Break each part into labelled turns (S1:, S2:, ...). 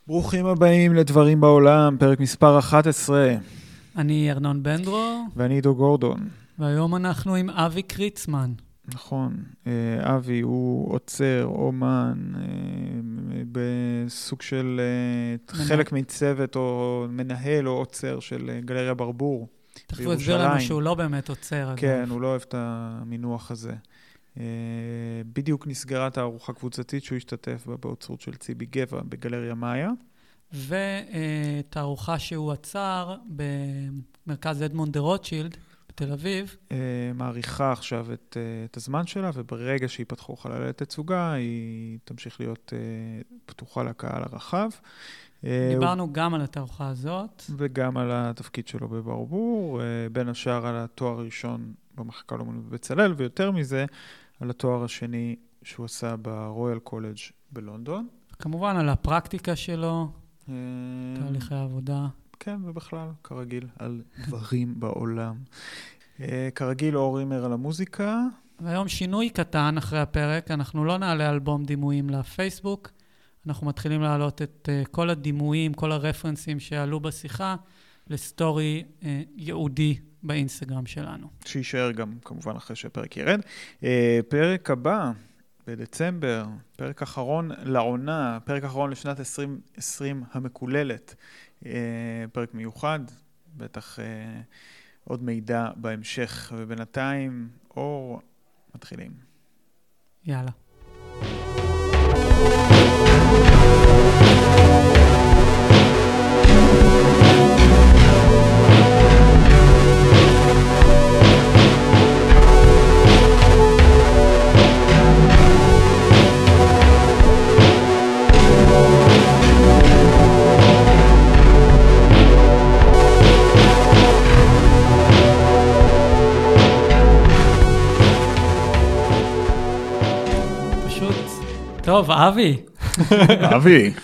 S1: ברוכים הבאים לדברים בעולם, פרק מספר 11.
S2: אני ארנון בנדרו.
S1: ואני עידו גורדון.
S2: והיום אנחנו עם אבי קריצמן.
S1: נכון, אבי הוא עוצר, אומן, בסוג של חלק מצוות או מנהל או עוצר של גלריה ברבור.
S2: תכף הוא הסביר לנו שהוא לא באמת עוצר.
S1: כן, הוא לא אוהב את המינוח הזה. בדיוק נסגרה תערוכה קבוצתית שהוא השתתף בה באוצרות של ציבי גבע בגלריה מאיה.
S2: ותערוכה שהוא עצר במרכז אדמונד דה רוטשילד בתל אביב.
S1: מעריכה עכשיו את הזמן שלה, וברגע שיפתחו חללי תצוגה, היא תמשיך להיות פתוחה לקהל הרחב.
S2: דיברנו גם על התערוכה הזאת.
S1: וגם על התפקיד שלו בברבור, בין השאר על התואר הראשון במחלקה לאומנות בבצלאל, ויותר מזה, על התואר השני שהוא עשה ברויאל קולג' בלונדון.
S2: כמובן על הפרקטיקה שלו, תהליכי העבודה.
S1: כן, ובכלל, כרגיל, על דברים בעולם. כרגיל, אור רימר על המוזיקה.
S2: והיום שינוי קטן אחרי הפרק, אנחנו לא נעלה אלבום דימויים לפייסבוק, אנחנו מתחילים להעלות את כל הדימויים, כל הרפרנסים שעלו בשיחה, לסטורי ייעודי באינסטגרם שלנו.
S1: שישאר גם כמובן אחרי שהפרק ירד. פרק הבא, בדצמבר, פרק אחרון לעונה, פרק אחרון לשנת 2020 המקוללת. פרק מיוחד, בטח עוד מידע בהמשך, ובינתיים אור מתחילים.
S2: יאללה. טוב, אבי.
S1: אבי.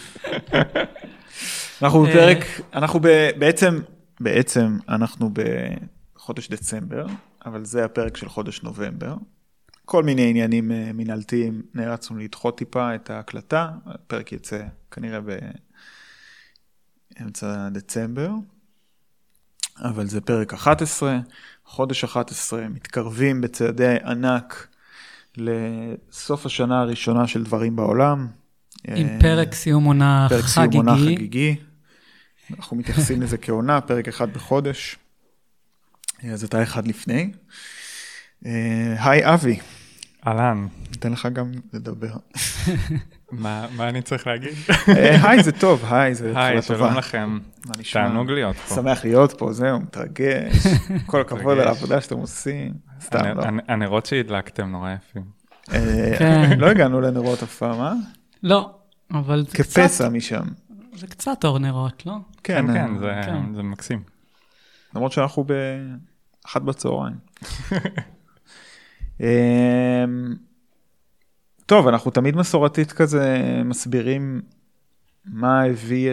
S1: אנחנו בפרק, אנחנו בעצם אנחנו בחודש דצמבר, אבל זה הפרק של חודש נובמבר. כל מיני עניינים מנהלתיים, נאלצנו לדחות טיפה את ההקלטה, הפרק יצא כנראה באמצע דצמבר, אבל זה פרק 11, חודש 11, מתקרבים בצעדי ענק, לסוף השנה הראשונה של דברים בעולם.
S2: עם פרק סיום עונה חגיגי.
S1: פרק סיום עונה חגיגי. אנחנו מתייחסים לזה כעונה, פרק אחד בחודש. אז אתה אחד לפני. היי אבי.
S3: אהלן.
S1: ניתן לך גם לדבר.
S3: מה אני צריך להגיד?
S1: היי, זה טוב, היי, זה תחילה טובה.
S3: היי, שלום לכם. תענוג להיות פה.
S1: שמח להיות פה, זהו, מתרגש. כל הכבוד על העבודה שאתם עושים. סתם, לא.
S3: הנרות שהדלקתם נורא יפים.
S1: לא הגענו לנרות אף פעם, אה?
S2: לא, אבל זה קצת...
S1: כפסע משם.
S2: זה קצת אור נרות, לא?
S3: כן, זה מקסים.
S1: למרות שאנחנו באחת בצהריים. טוב, אנחנו תמיד מסורתית כזה מסבירים מה הביא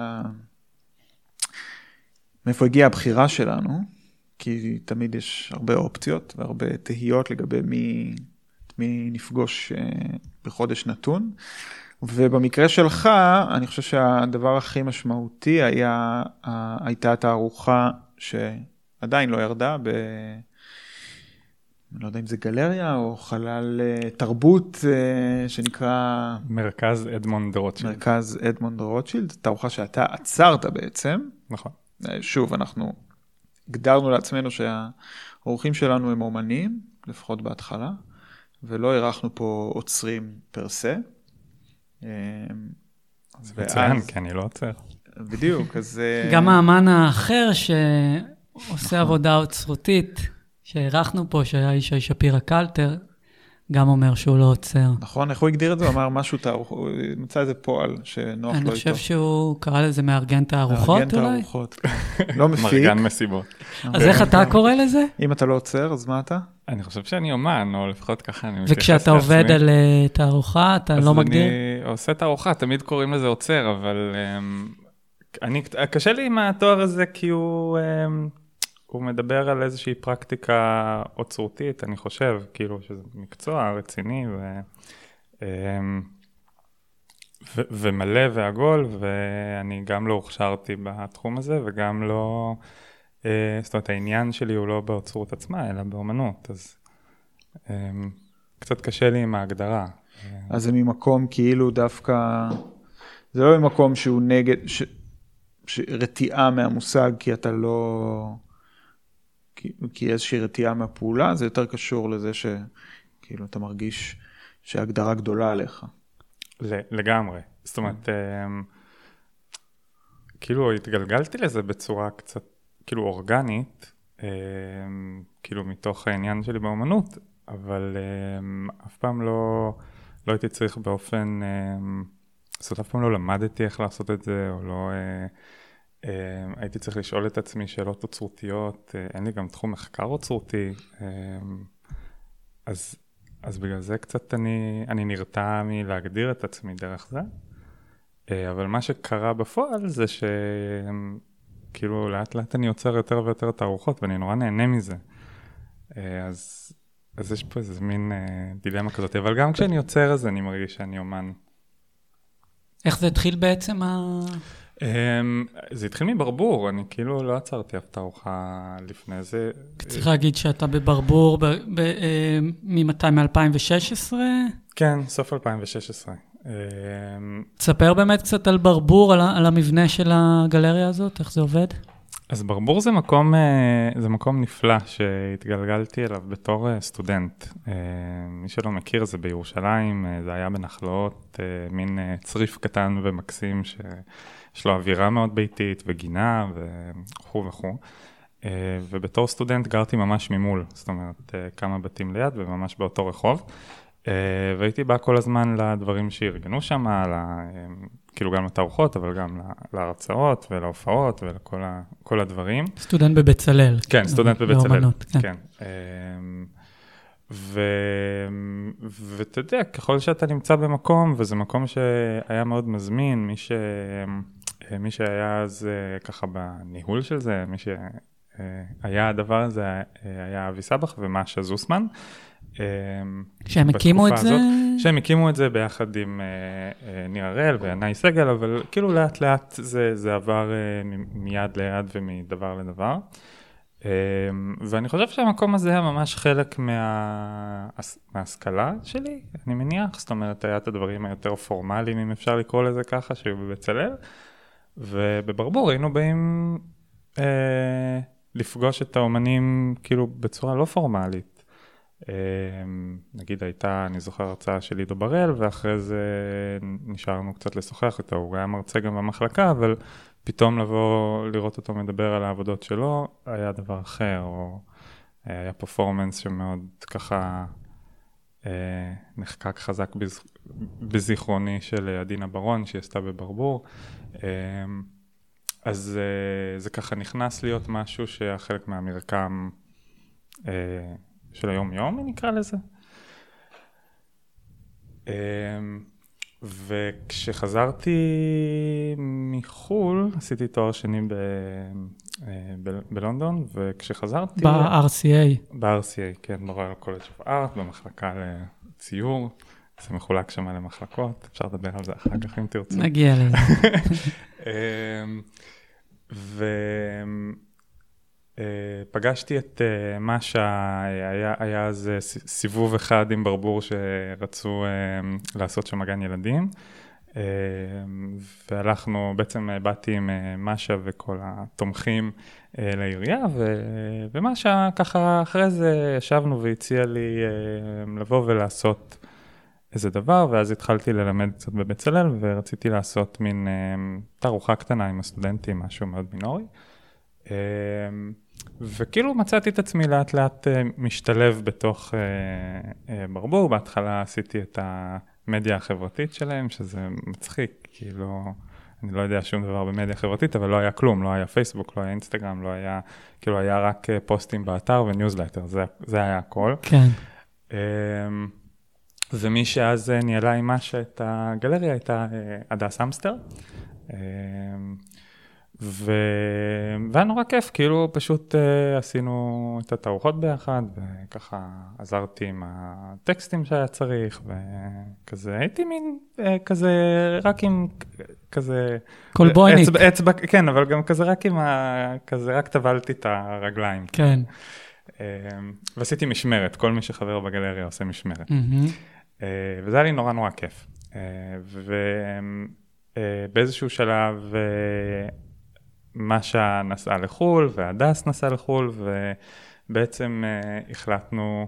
S1: מאיפה הגיעה הבחירה שלנו, כי תמיד יש הרבה אופציות והרבה תהיות לגבי מי נפגוש בחודש נתון. ובמקרה שלך, אני חושב שהדבר הכי משמעותי הייתה תערוכה שעדיין לא ירדה אני לא יודע אם זה גלריה או חלל תרבות שנקרא...
S3: מרכז אדמונד רוטשילד.
S1: מרכז אדמונד רוטשילד, תערוכה שאתה עצרת בעצם.
S3: נכון.
S1: שוב, אנחנו הגדרנו לעצמנו שהאורחים שלנו הם אומנים, לפחות בהתחלה, ולא ערכנו פה עוצרים פרסה.
S3: זה מצוין, כי אני לא עוצר.
S1: בדיוק, אז...
S2: גם האמן האחר שעושה עבודה אוצרותית, שהערכנו פה, שהיה ישי שפירא קלטר, גם אומר שהוא לא עוצר.
S1: נכון, איך הוא הגדיר את זה? הוא אמר משהו, הוא מצא איזה פועל שנוח לו איתו.
S2: אני חושב שהוא קרא לזה מארגן תערוכות אולי?
S1: מארגן תערוכות. לא מפיק.
S3: מארגן מסיבות.
S2: אז איך אתה קורא לזה?
S1: אם אתה לא עוצר, אז מה אתה?
S3: אני חושב שאני אומן, או לפחות ככה אני מתייחס לעצמי.
S2: וכשאתה עובד על תערוכה, אתה לא מגדיר?
S3: אז אני עושה תערוכה, תמיד קוראים לזה עוצר, אבל קשה לי עם התואר הזה, כי הוא מדבר על איזושהי פרקטיקה אוצרותית, אני חושב, כאילו שזה מקצוע רציני, ומלא ועגול, ואני גם לא הוכשרתי בתחום הזה, וגם לא, זאת אומרת, העניין שלי הוא לא באוצרות עצמה, אלא באמנות, אז קצת קשה לי עם ההגדרה.
S1: אז זה ממקום כאילו דווקא, זה לא ממקום שהוא נגד, רתיעה מהמושג, כי אתה לא, כי איזושהי רתיעה מהפעולה, זה יותר קשור לזה שכאילו אתה מרגיש שההגדרה גדולה עליך.
S3: לגמרי. זאת אומרת, כאילו התגלגלתי לזה בצורה קצת, כאילו אורגנית, כאילו מתוך העניין שלי באמנות, אבל אף פעם לא הייתי צריך באופן, זאת אף פעם לא למדתי איך לעשות את זה, או לא הייתי צריך לשאול את עצמי שאלות אוצרותיות, אין לי גם תחום מחקר אוצרותי, אז בגלל זה קצת אני נרתע מלהגדיר את עצמי דרך זה, אבל מה שקרה בפועל זה שכאילו לאט לאט אני יוצר יותר ויותר תערוכות, ואני נורא נהנה מזה. אז יש פה איזה מין דילמה כזאת, אבל גם כשאני יוצר אז אני מרגיש שאני אומן.
S2: איך זה התחיל בעצם?
S3: זה התחיל מברבור, אני כאילו לא עצרתי אף תערוכה לפני זה.
S2: צריך להגיד שאתה בברבור ממתי? מ-2016?
S3: כן, סוף 2016.
S2: תספר באמת קצת על ברבור, על המבנה של הגלריה הזאת, איך זה עובד?
S3: אז ברבור זה מקום נפלא שהתגלגלתי אליו בתור סטודנט. מי שלא מכיר, זה בירושלים, זה היה בנחלאות, מין צריף קטן ומקסים שיש לו אווירה מאוד ביתית וגינה וכו' וכו'. ובתור סטודנט גרתי ממש ממול, זאת אומרת כמה בתים ליד וממש באותו רחוב. והייתי בא כל הזמן לדברים שארגנו שם, כאילו גם לתערוכות, אבל גם להרצאות ולהופעות ולכל הדברים.
S2: סטודנט בבצלאל.
S3: כן, סטודנט בבצלאל.
S2: באמנות,
S3: כן. ואתה יודע, ככל שאתה נמצא במקום, וזה מקום שהיה מאוד מזמין, מי שהיה אז ככה בניהול של זה, מי שהיה הדבר הזה, היה אבי סבח ומשה זוסמן,
S2: שהם הקימו את זה?
S3: שהם הקימו את זה ביחד עם ניר הראל וענאי סגל, אבל כאילו לאט לאט זה עבר מיד ליד ומדבר לדבר. ואני חושב שהמקום הזה היה ממש חלק מההשכלה שלי, אני מניח. זאת אומרת, היה את הדברים היותר פורמליים, אם אפשר לקרוא לזה ככה, שהיו בבצלאל. ובברבור היינו באים לפגוש את האומנים כאילו בצורה לא פורמלית. נגיד אני זוכר הרצאה של עידו בראל, ואחרי זה נשארנו קצת לשוחח איתו, הוא היה מרצה גם במחלקה, אבל פתאום לבוא לראות אותו מדבר על העבודות שלו, היה דבר אחר, או היה פרפורמנס שמאוד ככה נחקק חזק בזיכרוני של עדינה ברון, שהיא עשתה בברבור, אז זה ככה נכנס להיות משהו שהיה חלק מהמרקם של היום-יום, אני נקרא לזה. וכשחזרתי מחול, עשיתי תואר שני בלונדון, וכשחזרתי...
S2: ב-RCA.
S3: ב-RCA, כן, ברויאל קולג' אוף ארט, במחלקה לציור. זה מחולק שם למחלקות, אפשר לדבר על זה אחר כך אם תרצו.
S2: נגיע לזה.
S3: פגשתי את משה, היה אז סיבוב אחד עם ברבור שרצו לעשות שם גן ילדים, והלכנו, בעצם באתי עם משה וכל התומכים לעירייה, ומשה ככה אחרי זה ישבנו והציע לי לבוא ולעשות איזה דבר, ואז התחלתי ללמד קצת בבצלאל, ורציתי לעשות מין תערוכה קטנה עם הסטודנטים, משהו מאוד מינורי. וכאילו מצאתי את עצמי לאט לאט משתלב בתוך ברבור. בהתחלה עשיתי את המדיה החברתית שלהם, שזה מצחיק, כאילו אני לא יודע שום דבר במדיה חברתית, אבל לא היה כלום, לא היה פייסבוק, לא היה אינסטגרם, לא היה, כאילו היה רק פוסטים באתר וניוזלטר, זה היה הכל.
S2: כן.
S3: ומי שאז ניהלה עם משה את הגלריה הייתה הדס אמסטר, והיה נורא כיף, כאילו פשוט עשינו את התערוכות ביחד, וככה עזרתי עם הטקסטים שהיה צריך, וכזה הייתי מין כזה, רק עם כזה...
S2: קולבויניק.
S3: אצבע, כן, אבל גם כזה רק עם כזה רק טבלתי את הרגליים.
S2: כן.
S3: ועשיתי משמרת, כל מי שחבר בגלריה עושה משמרת. וזה היה לי נורא נורא כיף. ובאיזשהו שלב... משה נסעה לחול, והדס נסעה לחול, ובעצם החלטנו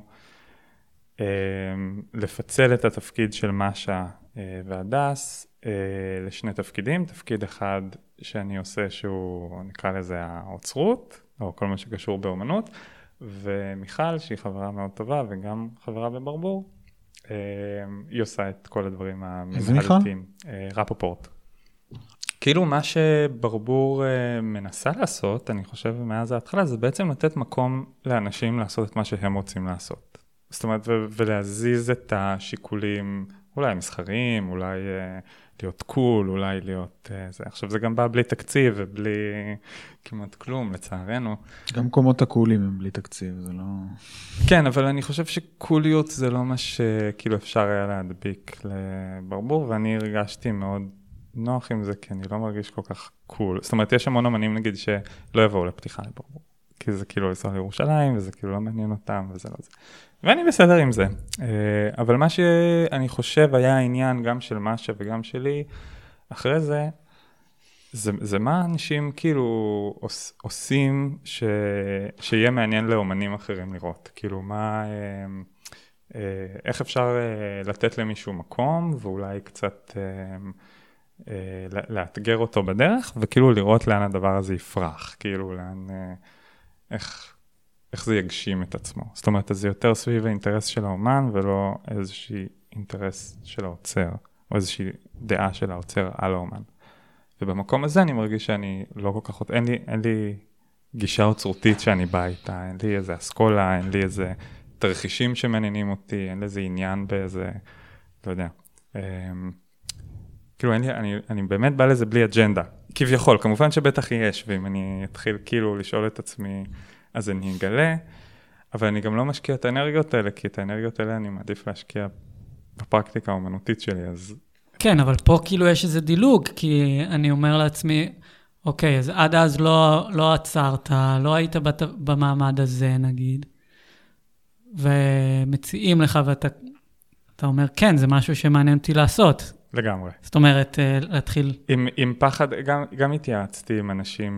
S3: לפצל את התפקיד של משה והדס לשני תפקידים. תפקיד אחד שאני עושה שהוא נקרא לזה האוצרות, או כל מה שקשור באומנות, ומיכל שהיא חברה מאוד טובה וגם חברה בברבור, היא עושה את כל הדברים המנהלתיים. רפופורט. כאילו מה שברבור מנסה לעשות, אני חושב מאז ההתחלה, זה בעצם לתת מקום לאנשים לעשות את מה שהם רוצים לעשות. זאת אומרת, ולהזיז את השיקולים, אולי מסחריים, אולי להיות קול, אולי להיות זה. עכשיו זה גם בא בלי תקציב ובלי כמעט כלום, לצערנו.
S1: גם מקומות הקולים הם בלי תקציב, זה לא...
S3: כן, אבל אני חושב שקוליות זה לא מה שכאילו אפשר היה להדביק לברבור, ואני הרגשתי מאוד נוח עם זה, כי אני לא מרגיש כל כך קול. זאת אומרת, יש המון אמנים, נגיד, שלא יבואו לפתיחה לברבור, כי זה כאילו לנסוע לירושלים, וזה כאילו לא מעניין אותם, וזה לא זה. ואני בסדר עם זה. אבל מה שאני חושב היה העניין גם של משה וגם שלי, אחרי זה, זה מה אנשים כאילו עושים שיהיה מעניין לאומנים אחרים לראות. כאילו מה, איך אפשר לתת למישהו מקום, ואולי קצת לאתגר אותו בדרך, וכאילו לראות לאן הדבר הזה יפרח, כאילו לאן, איך זה יגשים את עצמו. זאת אומרת, זה יותר סביב האינטרס של האומן, ולא איזושהי אינטרס של האוצר, או איזושהי דעה של האוצר על האומן. ובמקום הזה אני מרגיש שאני לא כל כך, אין לי גישה אוצרותית שאני בא איתה, אין לי איזה אסכולה, אין לי איזה תרחישים שמעניינים אותי, אין לי איזה עניין באיזה, לא יודע. כאילו, אני באמת בא לזה בלי אג'נדה. כביכול, כמובן שבטח יש, ואם אני אתחיל כאילו לשאול את עצמי, אז אני אגלה, אבל אני גם לא משקיע את האנרגיות האלה, כי את האנרגיות האלה אני מעדיף להשקיע בפרקטיקה האומנותית שלי, אז...
S2: כן, אבל פה כאילו יש איזה דילוג, כי אני אומר לעצמי, אוקיי, אז עד אז לא עצרת, לא היית במעמד הזה, נגיד, ומציעים לך, ואתה אומר, כן, זה משהו שמעניין אותי לעשות.
S3: לגמרי.
S2: זאת אומרת, להתחיל...
S3: עם פחד, גם התייעצתי עם אנשים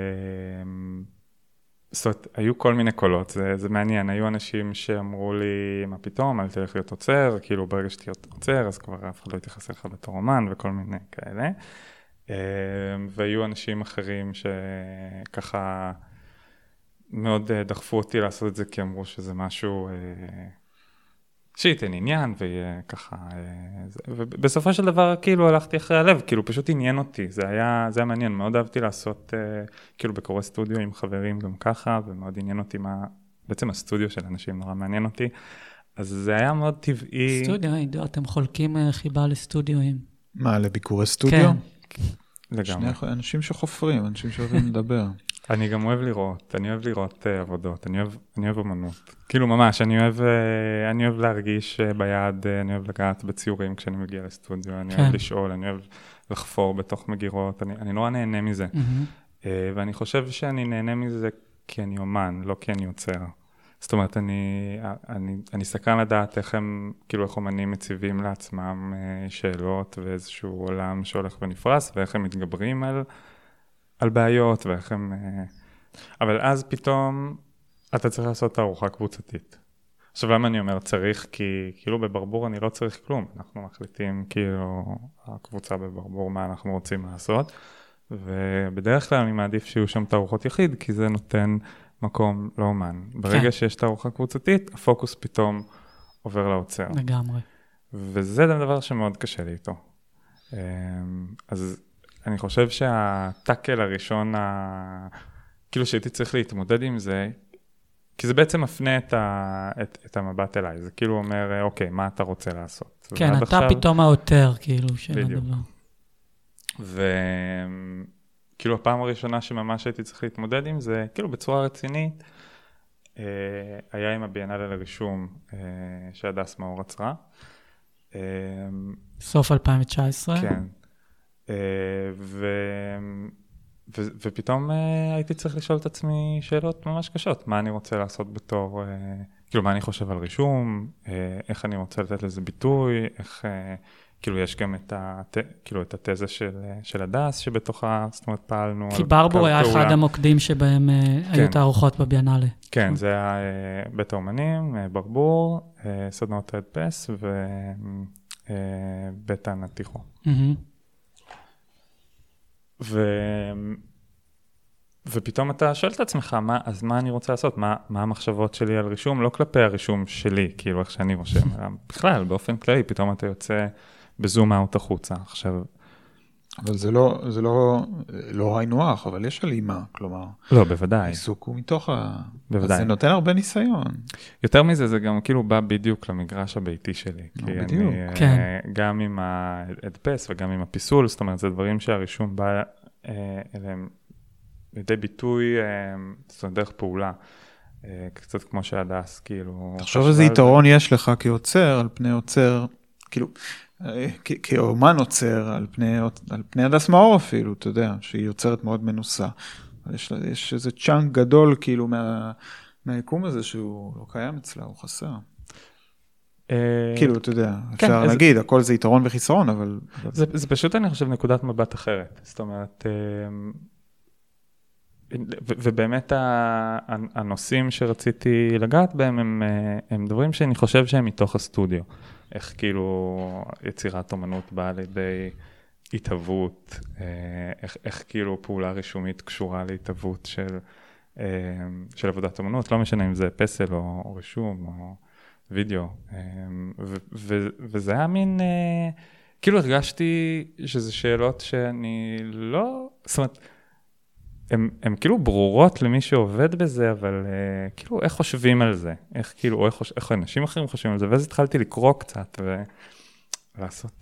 S3: זאת אומרת, היו כל מיני קולות, זה מעניין, היו אנשים שאמרו לי, מה פתאום, אל תלך להיות עוצר, כאילו ברגע שתהיה עוצר, אז כבר אף אחד לא יתייחס לך בתור אומן, וכל מיני כאלה. והיו אנשים אחרים שככה מאוד דחפו אותי לעשות את זה, כי אמרו שזה משהו שייתן עניין, וככה, ובסופו של דבר כאילו הלכתי אחרי הלב, כאילו פשוט עניין אותי, זה היה מעניין, מאוד אהבתי לעשות כאילו בקורא סטודיו עם חברים גם ככה, ומאוד עניין אותי מה, בעצם הסטודיו של אנשים נורא מעניין אותי, אז זה היה מאוד טבעי.
S2: סטודיו, אתם חולקים חיבה לסטודיואים. מה,
S1: לביקורי סטודיו?
S3: כן. לגמרי.
S1: אנשים שחופרים, אנשים שאוהבים לדבר.
S3: אני גם אוהב לראות עבודות, אני אוהב אומנות. כאילו ממש, אני אוהב להרגיש ביד, אני אוהב לגעת בציורים כשאני מגיע לסטודיו, אני אוהב לשאול, אני אוהב לחפור בתוך מגירות, אני נורא נהנה מזה. ואני חושב שאני נהנה מזה כי אני אומן, לא כי אני יוצר. זאת אומרת, אני סקרן לדעת איך אומנים מציבים לעצמם שאלות ואיזשהו עולם שהולך ונפרס, ואיך הם מתגברים על בעיות, ואיך הם... אבל אז פתאום אתה צריך לעשות תערוכה קבוצתית. עכשיו, למה אני אומר צריך? כי כאילו בברבור אני לא צריך כלום. אנחנו מחליטים כאילו הקבוצה בברבור מה אנחנו רוצים לעשות, ובדרך כלל אני מעדיף שיהיו שם תערוכות יחיד, כי זה נותן מקום לאומן. ברגע שיש תערוכה קבוצתית, הפוקוס פתאום עובר לאוצר.
S2: לגמרי.
S3: וזה דבר שמאוד קשה לי איתו. אז אני חושב שהטאקל הראשון, כאילו שהייתי צריך להתמודד עם זה, כי זה בעצם מפנה את המבט אליי. זה כאילו אומר, אוקיי, מה אתה רוצה לעשות?
S2: כן, אתה עכשיו... פתאום העותר, כאילו, של
S3: בדיוק.
S2: הדבר.
S3: כאילו הפעם הראשונה שממש הייתי צריך להתמודד עם זה, כאילו בצורה רצינית, היה עם הביאנלה לרישום שהדס מאור עצרה.
S2: סוף 2019.
S3: כן. ופתאום הייתי צריך לשאול את עצמי שאלות ממש קשות. מה אני רוצה לעשות בתור, כאילו מה אני חושב על רישום, איך אני רוצה לתת לזה ביטוי, איך, כאילו יש גם את התזה של הדס שבתוכה, זאת אומרת, פעלנו.
S2: כי ברבור היה אחד המוקדים שבהם היו תערוכות בביאנלה.
S3: כן, זה היה בית האומנים, ברבור, סדנות הדפס ובית הנתיחו. ופתאום אתה שואל את עצמך, אז מה אני רוצה לעשות? מה המחשבות שלי על רישום? לא כלפי הרישום שלי, כאילו איך שאני רושם, בכלל, באופן כללי, פתאום אתה יוצא בזום אאוט החוצה. עכשיו,
S1: אבל זה לא היינו אח, אבל יש הלימה, כלומר.
S3: לא, בוודאי.
S1: העיסוק הוא מתוך
S3: בוודאי.
S1: אז זה נותן הרבה ניסיון.
S3: יותר מזה, זה גם כאילו בא בדיוק למגרש הביתי שלי. כי
S1: בדיוק.
S2: כן.
S3: גם עם ההדפס וגם עם הפיסול, זאת אומרת, זה דברים שהרישום בא אליהם לידי ביטוי, זאת אומרת, דרך פעולה. קצת כמו שהדס, כאילו...
S1: תחשוב איזה יתרון יש לך כיוצר על פני יוצר, כאילו... כאומן עוצר על פני הדס מאור אפילו, אתה יודע, שהיא יוצרת מאוד מנוסה. יש איזה צ'אנק גדול כאילו מהיקום הזה שהוא לא קיים אצלה, הוא חסר. כאילו, אתה יודע, אפשר להגיד, הכל זה יתרון וחיסרון, אבל...
S3: זה פשוט, אני חושב, נקודת מבט אחרת. זאת אומרת, ובאמת הנושאים שרציתי לגעת בהם הם דברים שאני חושב שהם מתוך הסטודיו. איך כאילו יצירת אומנות באה לידי התהוות, איך כאילו פעולה רישומית קשורה להתהוות של עבודת אומנות, לא משנה אם זה פסל או רישום או וידאו, וזה היה מין, כאילו הרגשתי שזה שאלות שאני לא, זאת אומרת, הן כאילו ברורות למי שעובד בזה, אבל כאילו איך חושבים על זה, איך כאילו, איך אנשים אחרים חושבים על זה, ואז התחלתי לקרוא קצת ולעשות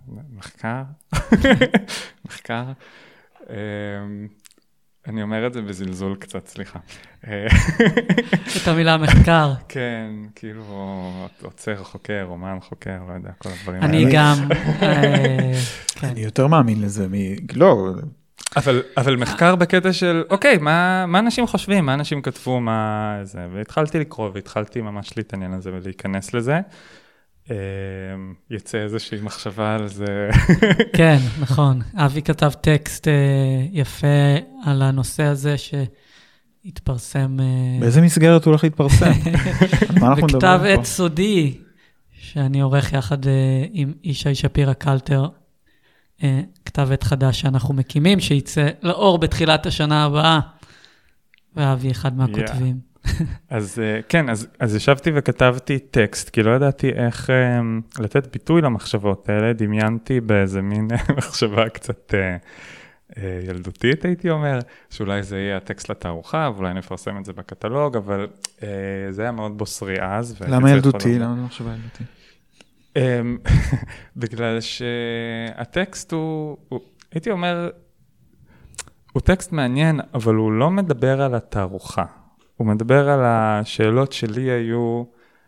S3: מחקר, אני אומר את זה בזלזול קצת, סליחה.
S2: את המילה מחקר.
S3: כן, כאילו, עוצר חוקר, אומן חוקר, לא יודע, כל הדברים האלה.
S2: אני גם,
S1: אני יותר מאמין לזה, לא...
S3: אבל מחקר בקטע של, אוקיי, מה אנשים חושבים, מה אנשים כתבו, מה זה, והתחלתי לקרוא, והתחלתי ממש להתעניין לזה ולהיכנס לזה. יצא איזושהי מחשבה על זה.
S2: כן, נכון. אבי כתב טקסט יפה על הנושא הזה שהתפרסם.
S1: באיזה מסגרת הוא הולך להתפרסם?
S2: בכתב עת סודי, שאני עורך יחד עם ישי שפירא קלטר, כתב עת חדש שאנחנו מקימים, שיצא לאור בתחילת השנה הבאה, ואבי אחד מהכותבים.
S3: אז כן, אז ישבתי וכתבתי טקסט, כי לא ידעתי איך לתת ביטוי למחשבות האלה, דמיינתי באיזה מין מחשבה קצת ילדותית, הייתי אומר, שאולי זה יהיה הטקסט לתערוכה, ואולי נפרסם את זה בקטלוג, אבל זה היה מאוד בוסרי אז.
S1: למה ילדותי? למה זה מחשבה ילדותי?
S3: בגלל שהטקסט הוא, הייתי אומר, הוא טקסט מעניין, אבל הוא לא מדבר על התערוכה. הוא מדבר על השאלות שלי היו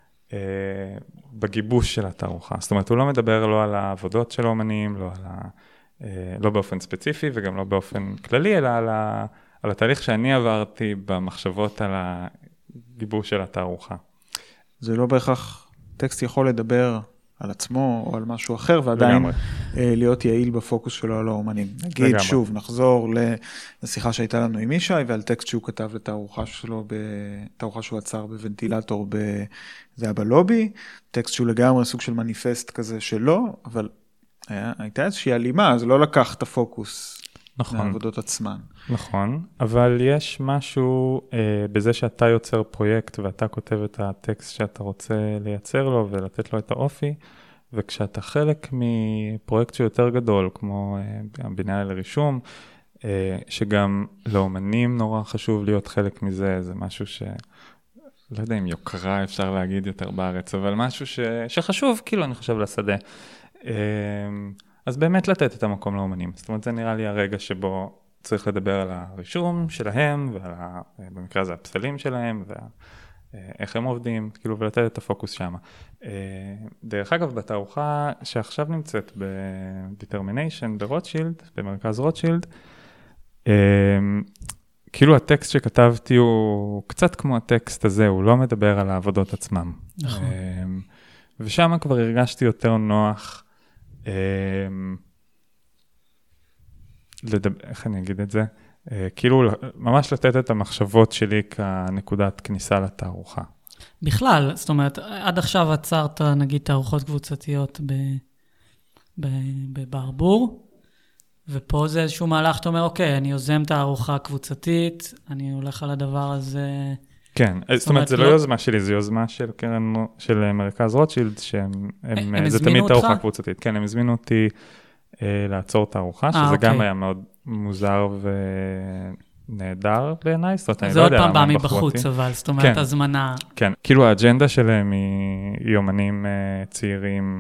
S3: בגיבוש של התערוכה. זאת אומרת, הוא לא מדבר לא על העבודות של האומנים, לא באופן ספציפי וגם לא באופן כללי, אלא על התהליך שאני עברתי במחשבות על הגיבוש של התערוכה.
S1: זה לא בהכרח, טקסט יכול לדבר על עצמו או על משהו אחר, ועדיין להיות יעיל בפוקוס שלו על האומנים. נגיד שוב, נחזור לשיחה שהייתה לנו עם ישי, ועל טקסט שהוא כתב לתערוכה שלו, תערוכה שהוא עצר בוונטילטור, זה היה בלובי, טקסט שהוא לגמרי סוג של מניפסט כזה שלו, אבל הייתה איזושהי הלימה, אז לא לקח את הפוקוס מהעבודות עצמן.
S3: נכון, אבל יש משהו בזה שאתה יוצר פרויקט, ואתה כותב את הטקסט שאתה רוצה לייצר לו, ולתת לו את האופי, וכשאתה חלק מפרויקט שהוא יותר גדול, כמו הביאנלה לרישום, שגם לאומנים נורא חשוב להיות חלק מזה, זה משהו לא יודע אם יוקרה אפשר להגיד יותר בארץ, אבל משהו שחשוב, כאילו אני חושב לשדה. אז באמת לתת את המקום לאומנים. זאת אומרת, זה נראה לי הרגע שבו צריך לדבר על הרישום שלהם, ובמקרה הזה הפסלים שלהם, ואיך הם עובדים, כאילו, ולתת את הפוקוס שם. דרך אגב, בתערוכה שעכשיו נמצאת ב-Determination ברוטשילד, במרכז רוטשילד, כאילו הטקסט שכתבתי הוא קצת כמו הטקסט הזה, הוא לא מדבר על העבודות עצמם.
S2: נכון.
S3: ושם כבר הרגשתי יותר נוח, איך אני אגיד את זה? כאילו ממש לתת את המחשבות שלי כנקודת כניסה לתערוכה.
S2: בכלל, זאת אומרת, עד עכשיו עצרת נגיד תערוכות קבוצתיות בברבור, ופה זה איזשהו מהלך, אתה אומר, אוקיי, אני יוזם תערוכה קבוצתית, אני הולך על הדבר הזה.
S3: כן, זאת אומרת, זה לא יוזמה שלי, זה יוזמה של מרכז רוטשילד, זה תמיד תערוכה קבוצתית. כן, הם הזמינו אותי לעצור תערוכה, שזה גם היה מאוד מוזר ונהדר בעיניי.
S2: זה עוד פעם בא מבחוץ, אבל זאת אומרת, הזמנה.
S3: כן, כאילו האג'נדה שלהם היא אומנים צעירים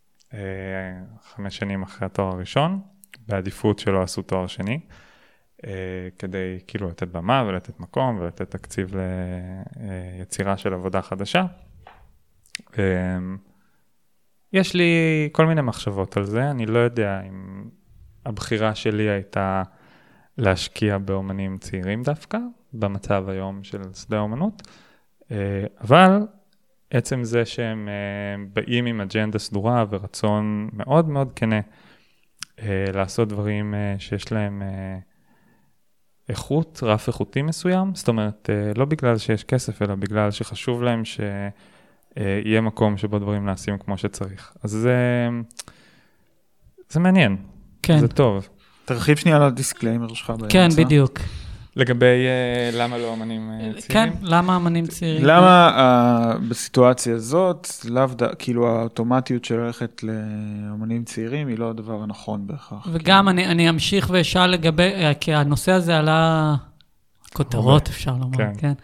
S3: 5 שנים אחרי התואר הראשון, בעדיפות שלא עשו תואר שני, כדי כאילו לתת במה ולתת מקום ולתת תקציב ליצירה של עבודה חדשה. יש לי כל מיני מחשבות על זה, אני לא יודע אם הבחירה שלי הייתה להשקיע באומנים צעירים דווקא, במצב היום של שדה האומנות, אבל עצם זה שהם באים עם אג'נדה סדורה ורצון מאוד מאוד כנה, לעשות דברים שיש להם איכות, רף איכותי מסוים, זאת אומרת, לא בגלל שיש כסף, אלא בגלל שחשוב להם שיהיה מקום שבו דברים נעשים כמו שצריך. אז זה מעניין,
S2: כן.
S3: זה טוב.
S1: תרחיב שנייה על הדיסקליימר שלך באמצע.
S2: כן, בדיוק.
S3: לגבי למה לא אמנים צעירים?
S2: כן, למה אמנים צעירים?
S1: למה בסיטואציה הזאת, כאילו האוטומטיות של ללכת לאמנים צעירים היא לא הדבר הנכון בהכרח.
S2: וגם אני אמשיך ואשאל לגבי, כי הנושא הזה עלה כותרות, אפשר לומר, כן.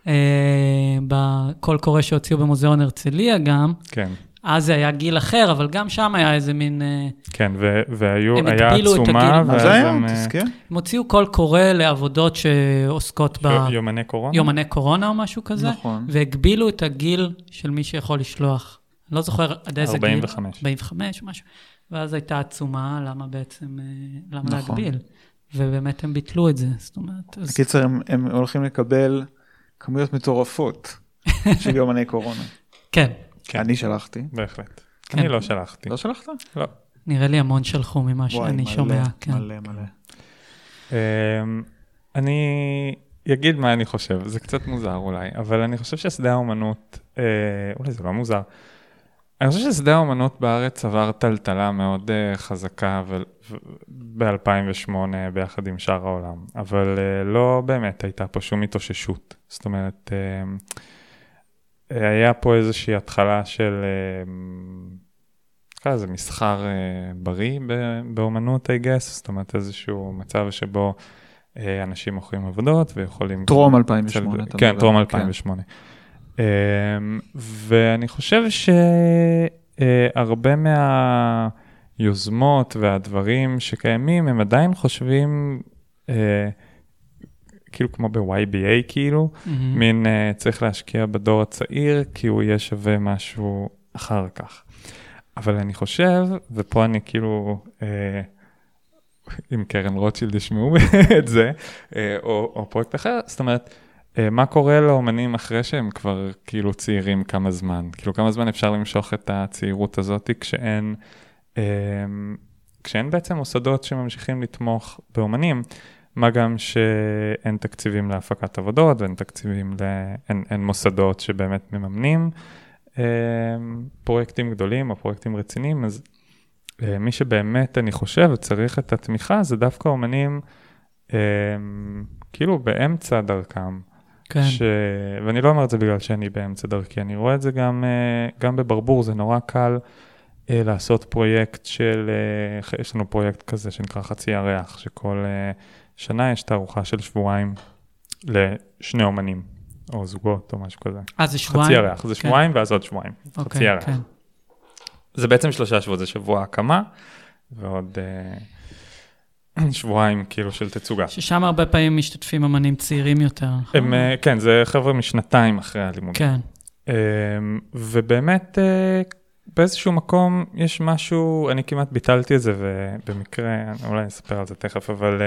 S2: בקול קורא שהוציאו במוזיאון הרצליה גם,
S3: כן.
S2: אז זה היה גיל אחר, אבל גם שם היה איזה מין...
S3: כן, והיה עצומה,
S1: מה זה היה? תזכיר?
S2: הם הוציאו קול קורא לעבודות שעוסקות
S3: יומני קורונה?
S2: יומני קורונה או משהו כזה.
S1: נכון.
S2: והגבילו את הגיל של מי שיכול לשלוח. אני לא זוכר עד איזה גיל.
S3: 45.
S2: 45 או משהו. ואז הייתה עצומה, למה בעצם, למה
S1: נכון.
S2: להגביל? ובאמת הם ביטלו את זה, זאת אומרת.
S1: בקיצר, הם הולכים לקבל כמויות מטורפות של יומני קורונה.
S2: כן.
S1: אני שלחתי.
S3: בהחלט. אני לא שלחתי.
S1: לא שלחת?
S3: לא.
S2: נראה לי המון שלחו ממה שאני שומע.
S1: מלא, מלא.
S3: אני אגיד מה אני חושב, זה קצת מוזר אולי, אבל אני חושב ששדה האומנות, אולי זה לא מוזר, אני חושב ששדה האומנות בארץ עבר טלטלה מאוד חזקה ב-2008 ביחד עם שאר העולם, אבל לא באמת הייתה פה שום התאוששות. זאת אומרת, היה פה איזושהי התחלה של, זה מסחר בריא באומנות, I guess, זאת אומרת איזשהו מצב שבו אנשים מוכרים עבודות ויכולים...
S1: טרום 2008.
S3: כן, טרום 2008. ואני חושב שהרבה מהיוזמות והדברים שקיימים, הם עדיין חושבים, כאילו כמו ב-YBA כאילו, מין צריך להשקיע בדור הצעיר, כי הוא יהיה שווה משהו אחר כך. אבל אני חושב, ופה אני כאילו, עם קרן רוטשילד ישמעו את זה, או פרויקט אחר, זאת אומרת, מה קורה לאומנים אחרי שהם כבר כאילו צעירים כמה זמן? כאילו כמה זמן אפשר למשוך את הצעירות הזאת כשאין בעצם מוסדות שממשיכים לתמוך באומנים, מה גם שאין תקציבים להפקת עבודות, ואין תקציבים, אין מוסדות שבאמת מממנים פרויקטים גדולים או פרויקטים רציניים, אז מי שבאמת אני חושב צריך את התמיכה, זה דווקא אומנים כאילו באמצע דרכם.
S2: כן.
S3: ואני לא אומר את זה בגלל שאני באמצע דרכי, אני רואה את זה גם בברבור, זה נורא קל לעשות פרויקט יש לנו פרויקט כזה שנקרא חצי ירח, שכל שנה יש תערוכה של שבועיים לשני אומנים, או זוגות או משהו כזה.
S2: זה שבועיים?
S3: חצי ירח, זה שבועיים ואז עוד שבועיים. חצי ירח. כן. זה בעצם 3 שבועות, זה שבוע הקמה, ועוד שבועיים כאילו של תצוגה.
S2: ששם הרבה פעמים משתתפים אמנים צעירים יותר.
S3: כן, זה חבר'ה משנתיים אחרי הלימוד.
S2: כן.
S3: ובאמת באיזשהו מקום יש משהו, אני כמעט ביטלתי את זה, ובמקרה, אולי אספר על זה תכף, אבל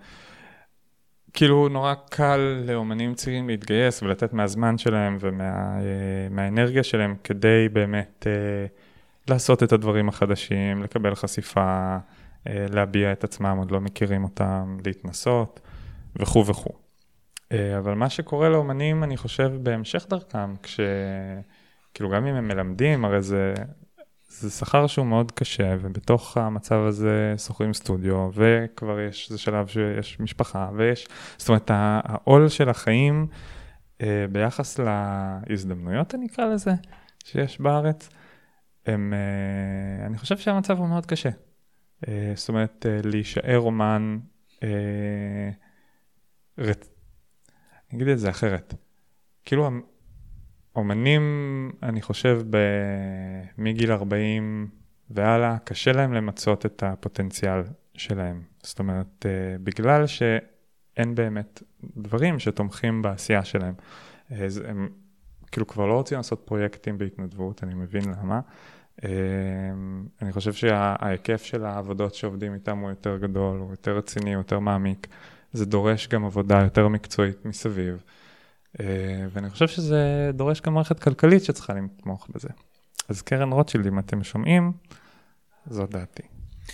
S3: כאילו נורא קל לאומנים צעירים להתגייס ולתת מהזמן שלהם ומהאנרגיה שלהם, כדי באמת לעשות את הדברים החדשים, לקבל חשיפה, להביע את עצמם, עוד לא מכירים אותם, להתנסות וכו' וכו'. אבל מה שקורה לאומנים, אני חושב, בהמשך דרכם, כאילו גם אם הם מלמדים, הרי זה שכר שהוא מאוד קשה, ובתוך המצב הזה שוכרים סטודיו, וכבר זה שלב שיש משפחה, זאת אומרת, העול של החיים, ביחס להזדמנויות, אני אקרא לזה, שיש בארץ, אני חושב שהמצב הוא מאוד קשה. זאת אומרת, להישאר אומן, אני אגיד את זה אחרת. כאילו, אומנים, אני חושב, מגיל 40 והלאה, קשה להם למצות את הפוטנציאל שלהם. זאת אומרת, בגלל שאין באמת דברים שתומכים בעשייה שלהם. הם כאילו כבר לא רוצים לעשות פרויקטים בהתנדבות, אני מבין למה. אני חושב שההיקף של העבודות שעובדים איתם הוא יותר גדול, הוא יותר רציני, הוא יותר מעמיק. זה דורש גם עבודה יותר מקצועית מסביב. ואני חושב שזה דורש גם מערכת כלכלית שצריכה לתמוך בזה. אז קרן רוטשילד, אם אתם שומעים, זו דעתי.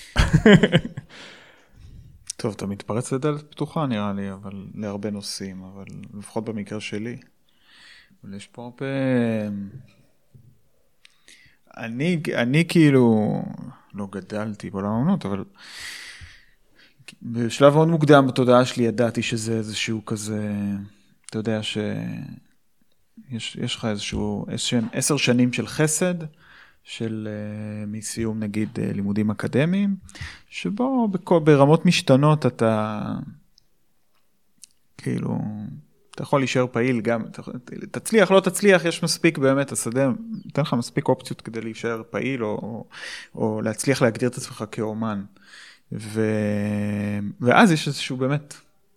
S1: טוב, אתה מתפרץ לדלת פתוחה נראה לי, אבל להרבה נושאים, אבל לפחות במקרה שלי. אבל יש פה הרבה... אני כאילו לא גדלתי בעולם האמנות, אבל בשלב מאוד מוקדם בתודעה שלי ידעתי שזה איזשהו כזה, אתה יודע שיש לך איזשהו 10 שנים של חסד, של מסיום נגיד לימודים אקדמיים, שבו ברמות משתנות אתה כאילו, אתה יכול להישאר פעיל גם, תצליח, לא תצליח, יש מספיק באמת, השדה, נותן לך מספיק אופציות כדי להישאר פעיל, או להצליח להגדיר את עצמך כאומן. ואז יש איזשהו באמת,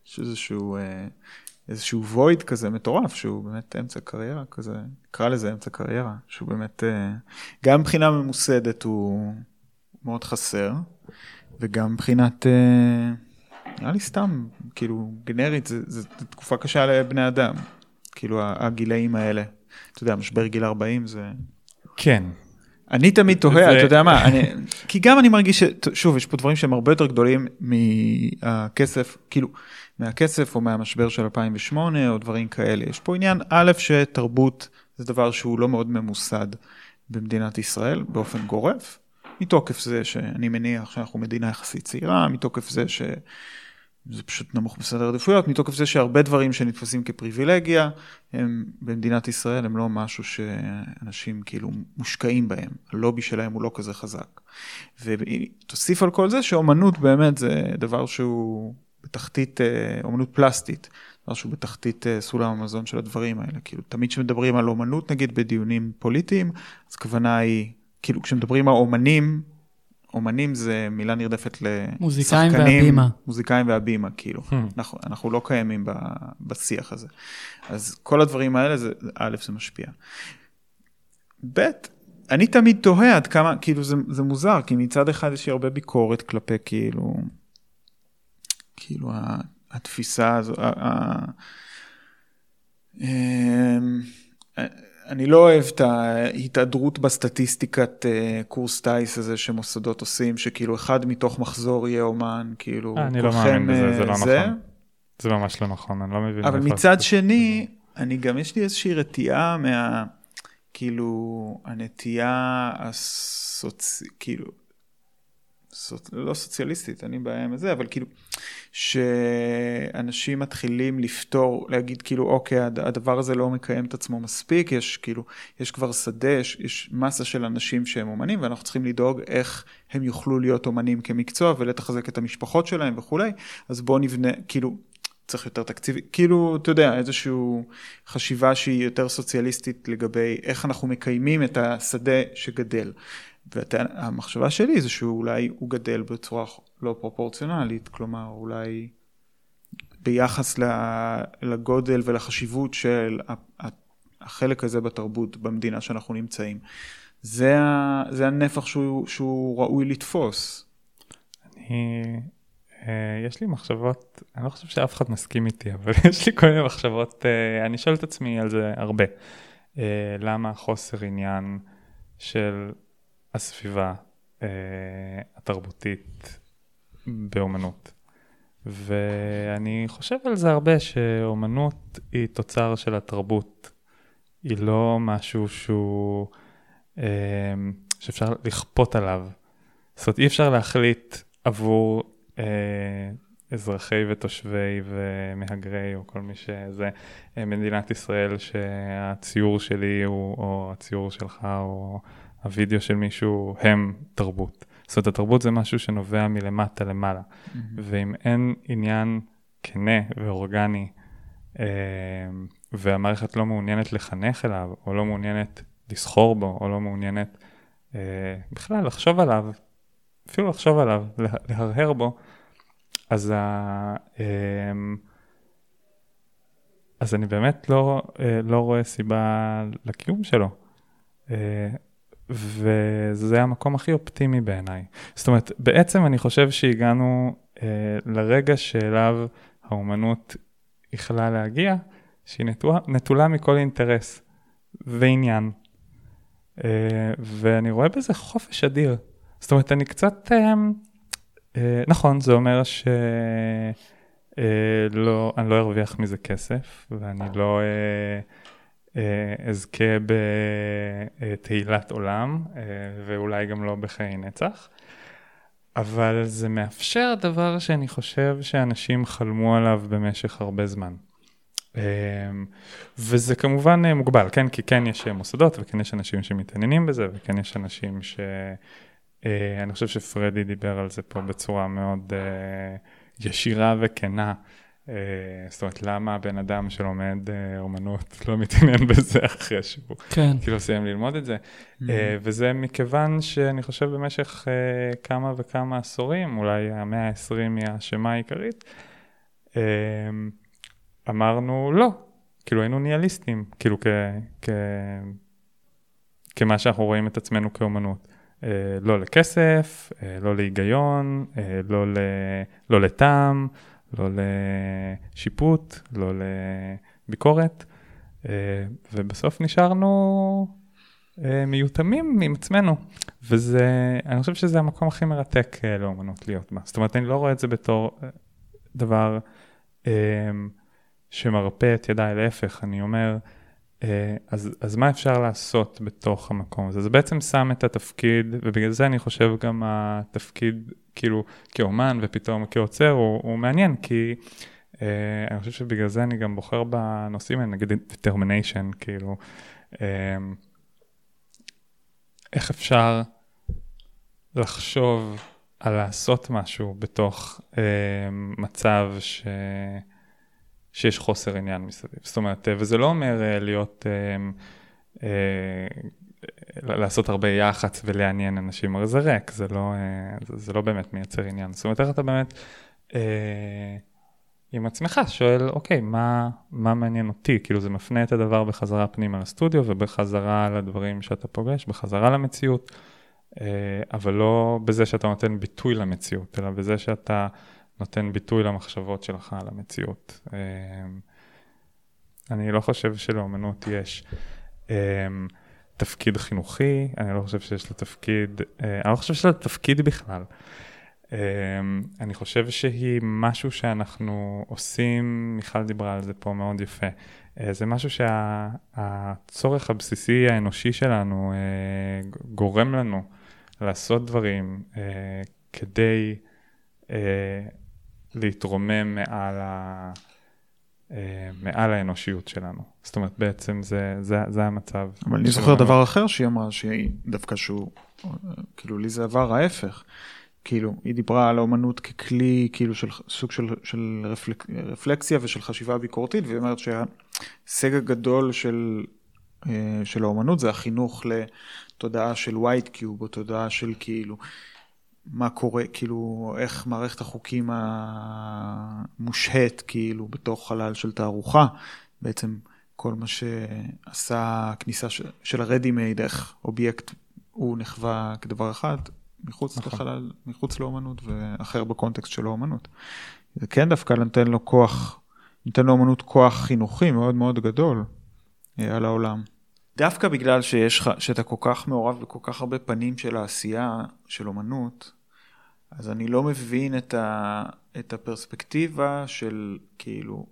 S1: איזשהו וויד כזה מטורף, שהוא באמת אמצע קריירה כזה, נקרא לזה אמצע קריירה, שהוא באמת, גם מבחינה ממוסדת הוא מאוד חסר, וגם מבחינת, נראה לי סתם, כאילו גנרית, זה תקופה קשה לבני אדם, כאילו הגילאים האלה, אתה יודע, משבר גיל 40 זה...
S3: כן.
S1: אני תמיד תוהה, אתה יודע מה, כי גם אני מרגיש שוב, יש פה דברים שהם הרבה יותר גדולים מהכסף, כאילו, מהכסף או מהמשבר של 2008 או דברים כאלה. יש פה עניין, א', שתרבות זה דבר שהוא לא מאוד ממוסד במדינת ישראל, באופן גורף, מתוקף זה שאני מניח שאנחנו מדינה יחסית צעירה, מתוקף זה שזה פשוט נמוך בסדר עדיפויות, מתוקף זה שהרבה דברים שנתפסים כפריבילגיה, הם במדינת ישראל הם לא משהו שאנשים כאילו מושקעים בהם, הלובי שלהם הוא לא כזה חזק. ותוסיף על כל זה שאומנות באמת זה דבר שהוא בתחתית, אומנות פלסטית, דבר שהוא בתחתית סולם המזון של הדברים האלה, כאילו תמיד שמדברים על אומנות נגיד בדיונים פוליטיים, אז כוונה היא, כאילו כשמדברים על אומנים זה מילה נרדפת לשחקנים.
S2: מוזיקאים והבימה.
S1: מוזיקאים והבימה, כאילו. אנחנו לא קיימים בשיח הזה. אז כל הדברים האלה, א', זה משפיע. ב', אני תמיד תוהה עד כמה, כאילו זה מוזר, כי מצד אחד יש לי הרבה ביקורת כלפי כאילו התפיסה הזו, אני לא אוהב את ההתעדרות בסטטיסטיקת קורס טייס הזה שמוסדות עושים, שכאילו אחד מתוך מחזור יהיה אומן, כאילו
S3: אני לא מאמין בזה, זה לא נכון. זה ממש לא נכון, אני לא מבין.
S1: אבל מצד שני, אני גם יש לי איזושהי רתיעה כאילו, הנטייה כאילו, לא סוציאליסטית, אני בעיה עם זה, אבל כאילו, שאנשים מתחילים לפתור, להגיד כאילו, אוקיי, הדבר הזה לא מקיים את עצמו מספיק, יש כבר שדה, יש מסה של אנשים שהם אומנים, ואנחנו צריכים לדאוג איך הם יוכלו להיות אומנים כמקצוע, ולתחזק את המשפחות שלהם וכולי, אז בואו נבנה, כאילו, צריך יותר תקציבי, כאילו, אתה יודע, איזושהי חשיבה שהיא יותר סוציאליסטית לגבי איך אנחנו מקיימים את השדה שגדל. והמחשבה שלי זה שאולי הוא גדל בצורה לא פרופורציונלית, כלומר אולי ביחס לגודל ולחשיבות של החלק הזה בתרבות במדינה שאנחנו נמצאים. זה הנפח שהוא ראוי לתפוס.
S3: יש לי מחשבות, אני לא חושב שאף אחד מסכים איתי, אבל יש לי כל מיני מחשבות, אני שואל את עצמי על זה הרבה. למה חוסר עניין של הסביבה התרבותית באומנות? ואני חושב על זה הרבה, שאומנות היא תוצר של התרבות. היא לא משהו שאפשר לכפות עליו. זאת אומרת, אי אפשר להחליט עבור אזרחי ותושבי ומהגרי, או כל מי שזה מדינת ישראל, שהציור שלי או הציור שלך או הוידאו של מישהו הם תרבות. זאת אומרת, התרבות זה משהו שנובע מלמטה למעלה. ואם אין עניין כנה ואורגני, והמערכת לא מעוניינת לחנך אליו, או לא מעוניינת לסחור בו, או לא מעוניינת בכלל לחשוב עליו, אפילו לחשוב עליו, להרהר בו, אז אני באמת לא רואה סיבה לקיום שלו. וזה המקום הכי אופטימי בעיניי. זאת אומרת, בעצם אני חושב שהגענו לרגע שאליו האומנות יכלה להגיע, שהיא נטולה מכל אינטרס ועניין. ואני רואה בזה חופש אדיר. זאת אומרת, אני קצת, נכון, זה אומר שאני לא ארוויח מזה כסף, ואני לא אזכה בתהילת עולם, ואולי גם לא בחיי נצח. אבל זה מאפשר דבר שאני חושב שאנשים חלמו עליו במשך הרבה זמן. וזה כמובן מוגבל, כן? כי כן יש מוסדות, וכן יש אנשים שמתעניינים בזה, וכן יש אנשים אני חושב שפרדי דיבר על זה פה בצורה מאוד ישירה וכנה. זאת אומרת, למה הבן אדם שלומד אומנות לא מתעניין בזה אחרי שהוא כאילו סיים ללמוד את זה. וזה מכיוון שאני חושב במשך כמה וכמה עשורים, אולי המאה ה-20 היא השמה העיקרית, אמרנו לא, כאילו היינו ניאליסטים, כאילו כמה שאנחנו רואים את עצמנו כאומנות. לא לכסף, לא להיגיון, לא לטעם, לא לשיפוט, לא לביקורת, ובסוף נשארנו מיותמים עם עצמנו, אני חושב שזה המקום הכי מרתק לאומנות להיות בה. זאת אומרת, אני לא רואה את זה בתור דבר שמרפא את ידיי, להפך, אני אומר, אז מה אפשר לעשות בתוך המקום הזה? זה בעצם שם את התפקיד, ובגלל זה אני חושב גם התפקיד, כאילו, כאומן ופתאום כעוצר, הוא מעניין, כי אני חושב שבגלל זה אני גם בוחר בנושאים האלה, נגיד determination, כאילו, איך אפשר לחשוב על לעשות משהו בתוך מצב שיש חוסר עניין מסביב. זאת אומרת, וזה לא אומר להיות, לעשות הרבה יח"צ ולעניין אנשים, הרי זה ריק, זה לא באמת מייצר עניין. זאת אומרת, איך אתה באמת עם עצמך שואל, אוקיי, מה מעניין אותי? כאילו זה מפנה את הדבר בחזרה פנימה לסטודיו, ובחזרה לדברים שאתה פוגש, בחזרה למציאות, אבל לא בזה שאתה נותן ביטוי למציאות, אלא בזה שאתה נותן ביטוי למחשבות שלך על המציאות. אני לא חושב שלאומנות יש תפקיד חינוכי, אני לא חושב שיש לה תפקיד, אני לא חושב שיש לה תפקיד בכלל. אני חושב שהיא משהו שאנחנו עושים, מיכל דיברה על זה פה מאוד יפה, זה משהו שהצורך הבסיסי האנושי שלנו גורם לנו לעשות דברים כדי להתרומם מעל האנושיות שלנו. זאת אומרת, בעצם זה המצב.
S1: אבל אני זוכר דבר אחר שהיא אמרה, שהיא דווקא שהוא, כאילו לי זה עבר ההפך. כאילו, היא דיברה על האומנות ככלי, כאילו של סוג של רפלקסיה ושל חשיבה ביקורתית, והיא אומרת שההישג הגדול של האומנות זה החינוך תודעה של ווייט קיוב, או תודעה של כאילו, מה קורה, כאילו, איך מערכת החוקים המושהת, כאילו, בתוך חלל של תערוכה, בעצם כל מה שעשה הכניסה של הרדי-מייד, איך אובייקט הוא נחווה כדבר אחד, מחוץ לחלל, מחוץ לאומנות, ואחר בקונטקסט של האומנות. זה כן דווקא נותן לו כוח, נותן לאומנות כוח חינוכי מאוד מאוד גדול על העולם. דווקא בגלל שאתה כל כך מעורב בכל כך הרבה פנים של העשייה של אומנות, אז אני לא מבין את הפרספקטיבה של כאילו,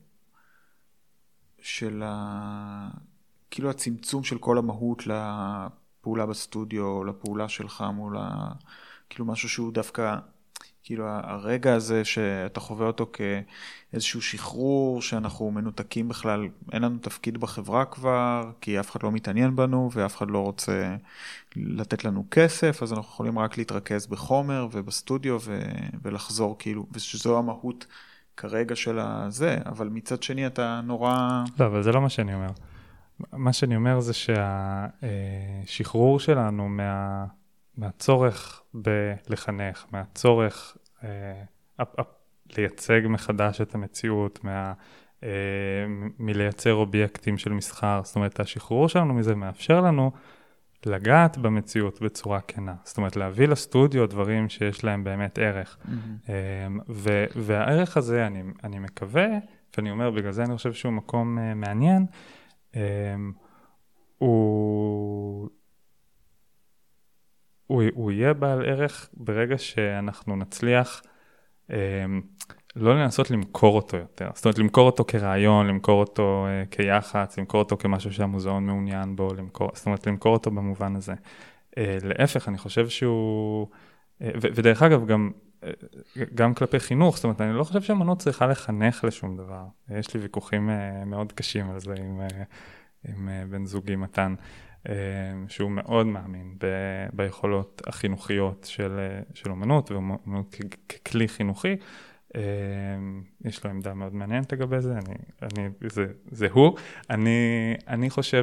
S1: כאילו הצמצום של כל המהות לפעולה בסטודיו, לפעולה שלך מול כאילו משהו שהוא דווקא, כאילו הרגע הזה שאתה חווה אותו כאיזשהו שחרור, שאנחנו מנותקים בכלל, אין לנו תפקיד בחברה כבר, כי אף אחד לא מתעניין בנו, ואף אחד לא רוצה לתת לנו כסף, אז אנחנו יכולים רק להתרכז בחומר ובסטודיו, ולחזור כאילו, ושזו המהות כרגע של הזה, אבל מצד שני אתה נורא...
S3: לא, אבל זה לא מה שאני אומר. מה שאני אומר זה שהשחרור שלנו מהצורך בלחנך, מהצורך לייצג מחדש את המציאות, מלייצר אובייקטים של מסחר. זאת אומרת, השחרור שלנו מזה מאפשר לנו לגעת במציאות בצורה כנה. זאת אומרת, להביא לסטודיו דברים שיש להם באמת ערך. והערך הזה, אני מקווה, ואני אומר, בגלל זה אני חושב שהוא מקום מעניין, הוא יהיה בעל ערך ברגע שאנחנו נצליח לא לנסות למכור אותו יותר. זאת אומרת, למכור אותו כרעיון, למכור אותו כיח"צ, למכור אותו כמשהו שהמוזיאון מעוניין בו, זאת אומרת, למכור אותו במובן הזה. להפך, אני חושב שהוא, ודרך אגב, גם כלפי חינוך, זאת אומרת, אני לא חושב שהאמנות צריכה לחנך לשום דבר. יש לי ויכוחים מאוד קשים על זה עם בן זוגי מתן, שהוא מאוד מאמין ביכולות החינוכיות של אומנות, ואומנות ככלי חינוכי. יש לו עמדה מאוד מעניינת לגבי זה, זה הוא. אני חושב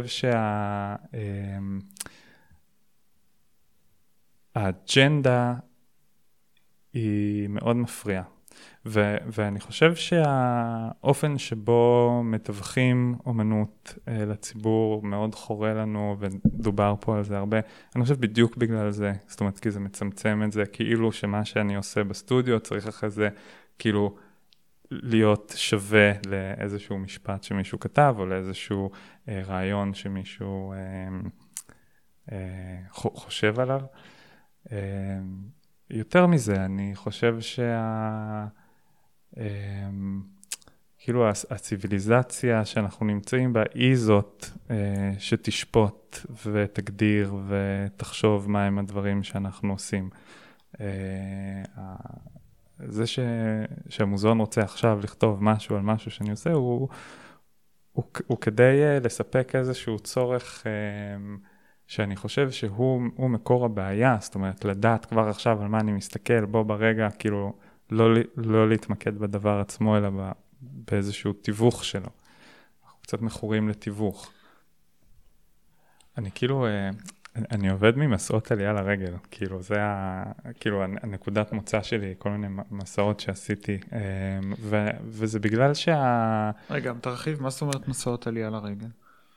S3: שהאג'נדה היא מאוד מפריעה. ואני חושב שהאופן שבו מתווכים אומנות לציבור מאוד חורה לנו, ודובר פה על זה הרבה, אני חושב בדיוק בגלל זה, זאת אומרת, כי זה מצמצם את זה, כאילו שמה שאני עושה בסטודיו צריך אחרי זה, כאילו, להיות שווה לאיזשהו משפט שמישהו כתב, או לאיזשהו רעיון שמישהו חושב עליו. יותר מזה, אני חושב כאילו הציביליזציה שאנחנו נמצאים בה היא זאת שתשפוט ותגדיר ותחשוב מהם הדברים שאנחנו עושים. זה שהמוזיאון רוצה עכשיו לכתוב משהו על משהו שאני עושה, הוא כדי לספק איזשהו צורך שאני חושב שהוא מקור הבעיה, זאת אומרת, לדעת כבר עכשיו על מה אני מסתכל, בו ברגע, כאילו, לא להתמקד בדבר עצמו, אלא באיזשהו תיווך שלו. אנחנו קצת מכורים לתיווך. אני כאילו, אני עובד ממסעות עלייה לרגל, כאילו, זה כאילו, הנקודת מוצא שלי, כל מיני מסעות שעשיתי, וזה בגלל
S1: רגע, תרחיב, מה זאת אומרת מסעות עלייה לרגל?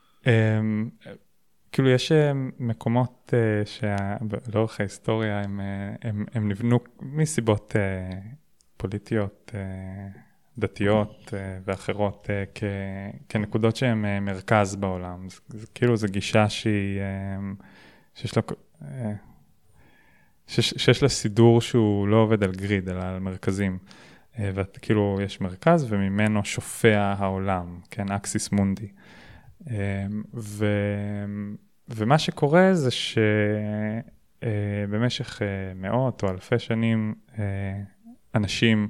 S3: כאילו יש מקומות שלאורך ההיסטוריה הם נבנו מסיבות פוליטיות, דתיות ואחרות כנקודות שהן מרכז בעולם. כאילו זו גישה שיש לה סידור שהוא לא עובד על גריד, אלא על מרכזים. וכאילו יש מרכז וממנו שופע העולם, כן, אקסיס מונדי. ומה שקורה זה שבמשך מאות או אלפי שנים אנשים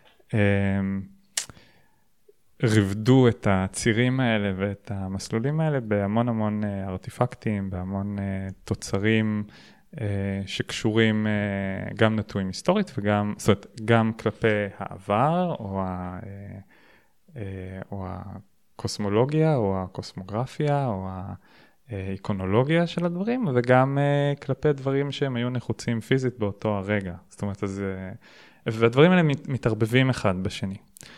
S3: רבדו את הצירים האלה ואת המסלולים האלה בהמון המון ארטיפקטים, בהמון תוצרים שקשורים גם נטועים היסטורית וגם, זאת אומרת, גם כלפי העבר או הקוסמולוגיה או הקוסמוגרפיה או איקונולוגיה של הדברים, וגם כלפי דברים שהם היו נחוצים פיזית באותו הרגע. זאת אומרת, והדברים האלה מתערבבים אחד בשני.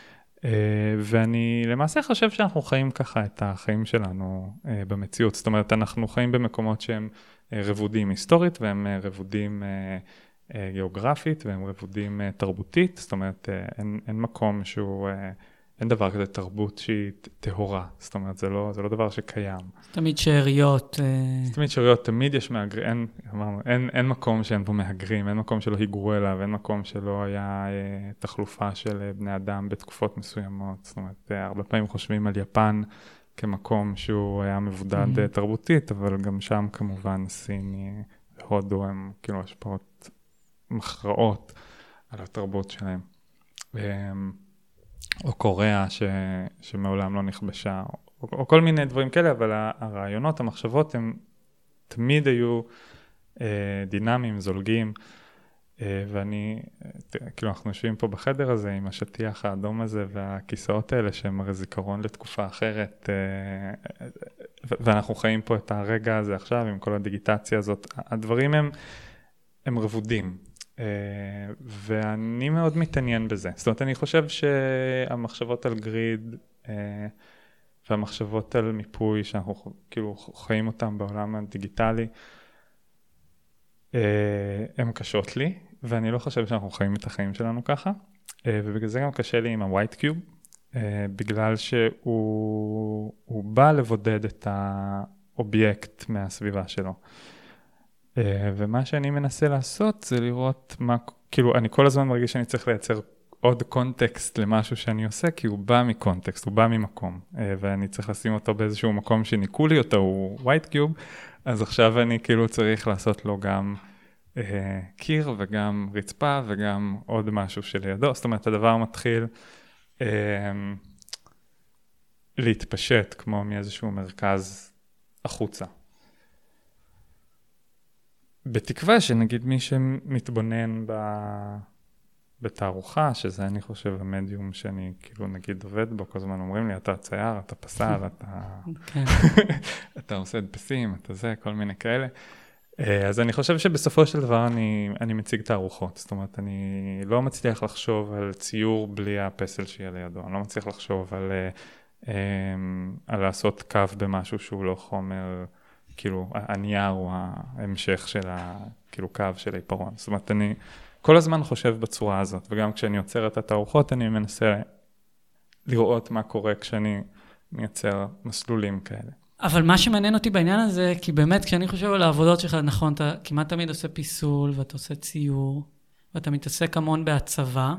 S3: ואני למעשה חושב שאנחנו חיים ככה את החיים שלנו במציאות. זאת אומרת, אנחנו חיים במקומות שהם רבודים היסטורית, והם רבודים גיאוגרפית, והם רבודים תרבותית. זאת אומרת, אין מקום שהוא... אין דבר כזה תרבות שהיא טהורה, זאת אומרת, זה לא דבר שקיים.
S2: תמיד שאריות.
S3: תמיד שאריות, תמיד יש מהגרים, אין מקום שאין פה מהגרים, אין מקום שלא היגרו אליו, אין מקום שלא היה תחלופה של בני אדם בתקופות מסוימות. זאת אומרת, הרבה פעמים חושבים על יפן כמקום שהוא היה מבודד תרבותית, אבל גם שם כמובן סין והודו הם כאילו השפעות מכרעות על התרבות שלהם. או קוריאה שמעולם לא נכבשה, או כל מיני דברים כאלה, אבל הרעיונות, המחשבות, הם תמיד היו דינמיים, זולגים, ואני, כאילו אנחנו יושבים פה בחדר הזה עם השטיח האדום הזה והכיסאות האלה שהם הרי זיכרון לתקופה אחרת, ואנחנו חיים פה את הרגע הזה עכשיו עם כל הדיגיטציה הזאת, הדברים הם רבודים. ואני מאוד מתעניין בזה. זאת אומרת, אני חושב שהמחשבות על גריד והמחשבות על מיפוי שאנחנו כאילו חיים אותם בעולם הדיגיטלי, הן קשות לי, ואני לא חושב שאנחנו חיים את החיים שלנו ככה, ובגלל זה גם קשה לי עם ה-White Cube, בגלל שהוא בא לבודד את האובייקט מהסביבה שלו. ומה שאני מנסה לעשות זה לראות מה, כאילו אני כל הזמן מרגיש שאני צריך לייצר עוד קונטקסט למשהו שאני עושה, כי הוא בא מקונטקסט, הוא בא ממקום, ואני צריך לשים אותו באיזשהו מקום שניקו לי אותו, הוא White Cube, אז עכשיו אני כאילו צריך לעשות לו גם קיר וגם רצפה וגם עוד משהו שלידו, זאת אומרת הדבר מתחיל להתפשט כמו מאיזשהו מרכז החוצה. בתקווה שנגיד מי שמתבונן בתערוכה, שזה אני חושב המדיום שאני כאילו נגיד עובד בו, כל הזמן אומרים לי, אתה צייר, אתה פסל, אתה עושה דפסים, אתה זה, כל מיני כאלה. אז אני חושב שבסופו של דבר אני מציג תערוכות, זאת אומרת, אני לא מצליח לחשוב על ציור בלי הפסל שיהיה לידו, אני לא מצליח לחשוב על לעשות קו במשהו שהוא לא חומר, כאילו הנייר הוא ההמשך של כאילו קו של העיפרון. זאת אומרת, אני כל הזמן חושב בצורה הזאת, וגם כשאני יוצר את התערוכות, אני מנסה לראות מה קורה כשאני מייצר מסלולים כאלה.
S2: אבל מה שמעניין אותי בעניין הזה, כי באמת כשאני חושב על העבודות שלך, נכון, אתה כמעט תמיד עושה פיסול, ואתה עושה ציור, ואתה מתעסק המון בהצבה,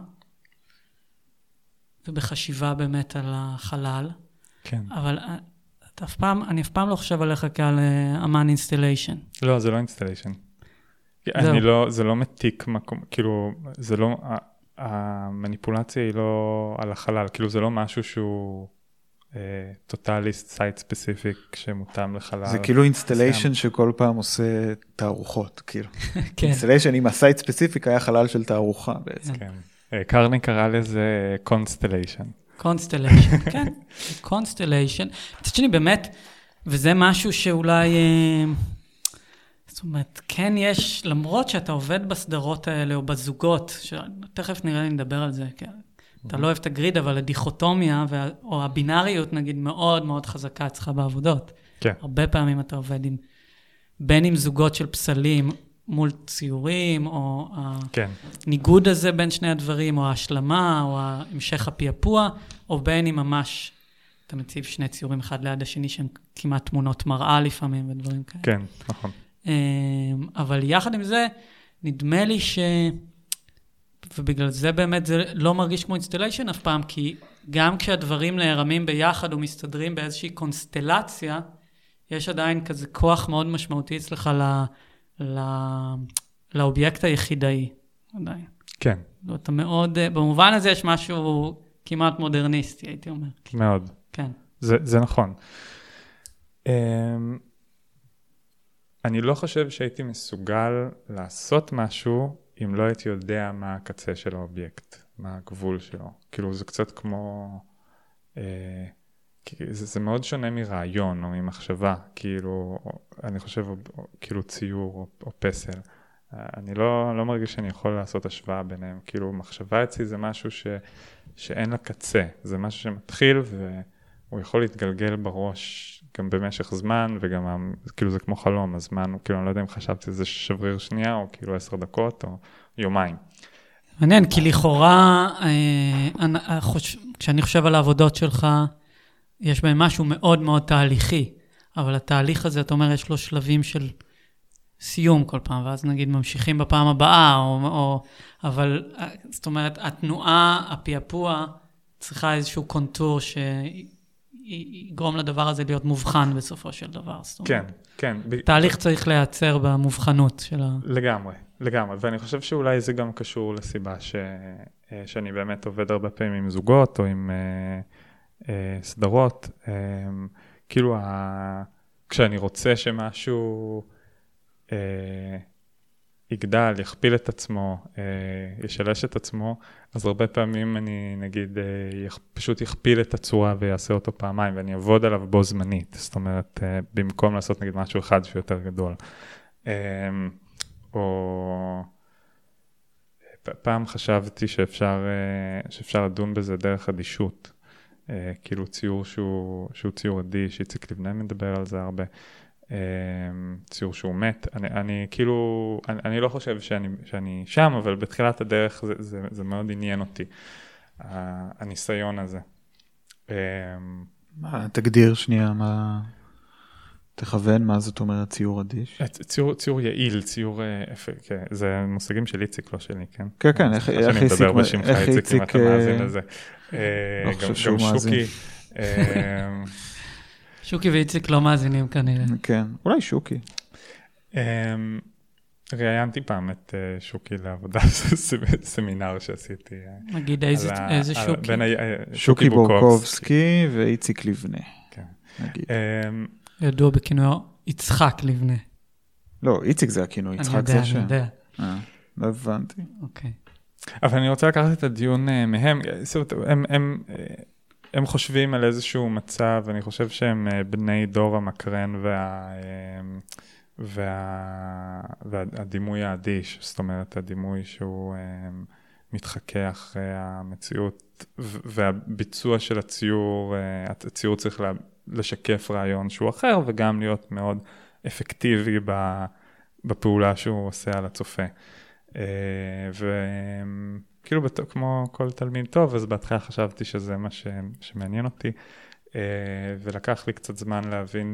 S2: ובחשיבה באמת על החלל.
S3: כן.
S2: אבל אני אף פעם לא חושב עליך כעל אמן אינסטליישן.
S3: לא, זה לא אינסטליישן. זה לא מתיק מקום, כאילו, זה לא, המניפולציה היא לא על החלל, כאילו זה לא משהו שהוא טוטליסט, סייט ספציפיק שמותאם לחלל.
S1: זה כאילו אינסטליישן שכל פעם עושה תערוכות, כאילו. אינסטליישן עם הסייט ספציפיק היה חלל של תערוכה בעצם.
S3: כן. קרני קרא לזה קונסטליישן.
S2: קונסטליישן, כן, קונסטליישן. מצד שני, באמת, וזה משהו שאולי, זאת אומרת, כן יש, למרות שאתה עובד בסדרות האלה, או בזוגות, תכף נראה לי נדבר על זה, כן. אתה לא אוהב את הגריד, אבל הדיכוטומיה, או הבינאריות, נגיד, מאוד מאוד חזקה אצלך בעבודות.
S3: כן.
S2: הרבה פעמים אתה עובד בין עם זוגות של פסלים, מול ציורים, או הניגוד הזה בין שני הדברים, או ההשלמה, או המשך הפיאפוע, או בין אם ממש אתה מציב שני ציורים אחד ליד השני, שהם כמעט תמונות מראה לפעמים, ודברים כאלה.
S3: כן, נכון.
S2: אבל יחד עם זה, נדמה לי ובגלל זה באמת זה לא מרגיש כמו אינסטליישן אף פעם, כי גם כשהדברים נערמים ביחד, ומסתדרים באיזושהי קונסטלציה, יש עדיין כזה כוח מאוד משמעותי אצלך לאובייקט היחידאי, עדיין.
S3: כן.
S2: אתה מאוד, במובן הזה יש משהו כמעט מודרניסטי, הייתי אומר.
S3: מאוד.
S2: כן.
S3: זה נכון. אני לא חושב שהייתי מסוגל לעשות משהו, אם לא הייתי יודע מה הקצה של האובייקט, מה הגבול שלו. כאילו זה קצת כמו זה מאוד שונה מרעיון או ממחשבה, כאילו, אני חושב, כאילו ציור או פסל. אני לא מרגיש שאני יכול לעשות השוואה ביניהם, כאילו מחשבה אצלי זה משהו שאין לה קצה, זה משהו שמתחיל והוא יכול להתגלגל בראש גם במשך זמן, וגם כאילו זה כמו חלום, הזמן, כאילו אני לא יודע אם חשבתי זה שבריר שנייה, או כאילו 10 דקות, או יומיים.
S2: מעניין, כי לכאורה, כשאני חושב על העבודות שלך, יש בהם משהו מאוד מאוד תהליכי, אבל התהליך הזה, אתה אומר, יש לו שלבים של סיום כל פעם, ואז נגיד ממשיכים בפעם הבאה, אבל זאת אומרת, התנועה, הפיאפוע, צריכה איזשהו קונטור שיגרום לדבר הזה להיות מובחן בסופו של דבר.
S3: כן, כן.
S2: תהליך צריך לייצר במובחנות של
S3: לגמרי, ואני חושב שאולי זה גם קשור לסיבה שאני באמת עובד הרבה פעמים עם זוגות, או עם סדרות, כאילו כשאני רוצה שמשהו יגדל, יכפיל את עצמו, ישלש את עצמו, אז הרבה פעמים אני נגיד פשוט יכפיל את הצורה ויעשה אותו פעמיים, ואני אעבוד עליו בו זמנית, זאת אומרת, במקום לעשות נגיד משהו אחד שיותר גדול. או פעם חשבתי שאפשר לדון בזה דרך אדישות, כאילו ציור שהוא ציור אדיש, איציק לבנה מדבר על זה הרבה, ציור שהוא מת, אני לא חושב שאני שם, אבל בתחילת הדרך זה מאוד עניין אותי, הניסיון הזה.
S1: תגדיר שנייה מה... תכוון, מה זאת אומרת ציור אדיש?
S3: ציור יעיל, ציור, זה מושגים של איציק, לא שלי, כן?
S1: כן, כן, איך איציק,
S3: אם אתה מאזין לזה.
S1: לא חושב שהוא מאזין.
S2: שוקי ואיציק לא מאזינים כנראה.
S1: כן, אולי שוקי.
S3: ראיינתי פעם את שוקי לעבודה, סמינר שעשיתי.
S2: נגיד איזה שוקי?
S1: שוקי בורקובסקי ואיציק לבנה.
S3: כן.
S1: נגיד.
S2: ידוע בכינוי יצחק לבנה.
S1: לא, איציק זה הכינוי, יצחק זה השם.
S2: אני יודע.
S1: לא הבנתי.
S2: אוקיי.
S3: אבל אני רוצה לקחת את הדיון מהם, הם חושבים על איזשהו מצב, אני חושב שהם בני דור המקרן והדימוי האדיש, זאת אומרת, הדימוי שהוא מתחכה אחרי המציאות, והביצוע של הציור צריך לשקף רעיון שהוא אחר, וגם להיות מאוד אפקטיבי בפעולה שהוא עושה על הצופה. וכאילו כמו כל תלמיד טוב, אז בהתחלה חשבתי שזה מה שמעניין אותי, ולקח לי קצת זמן להבין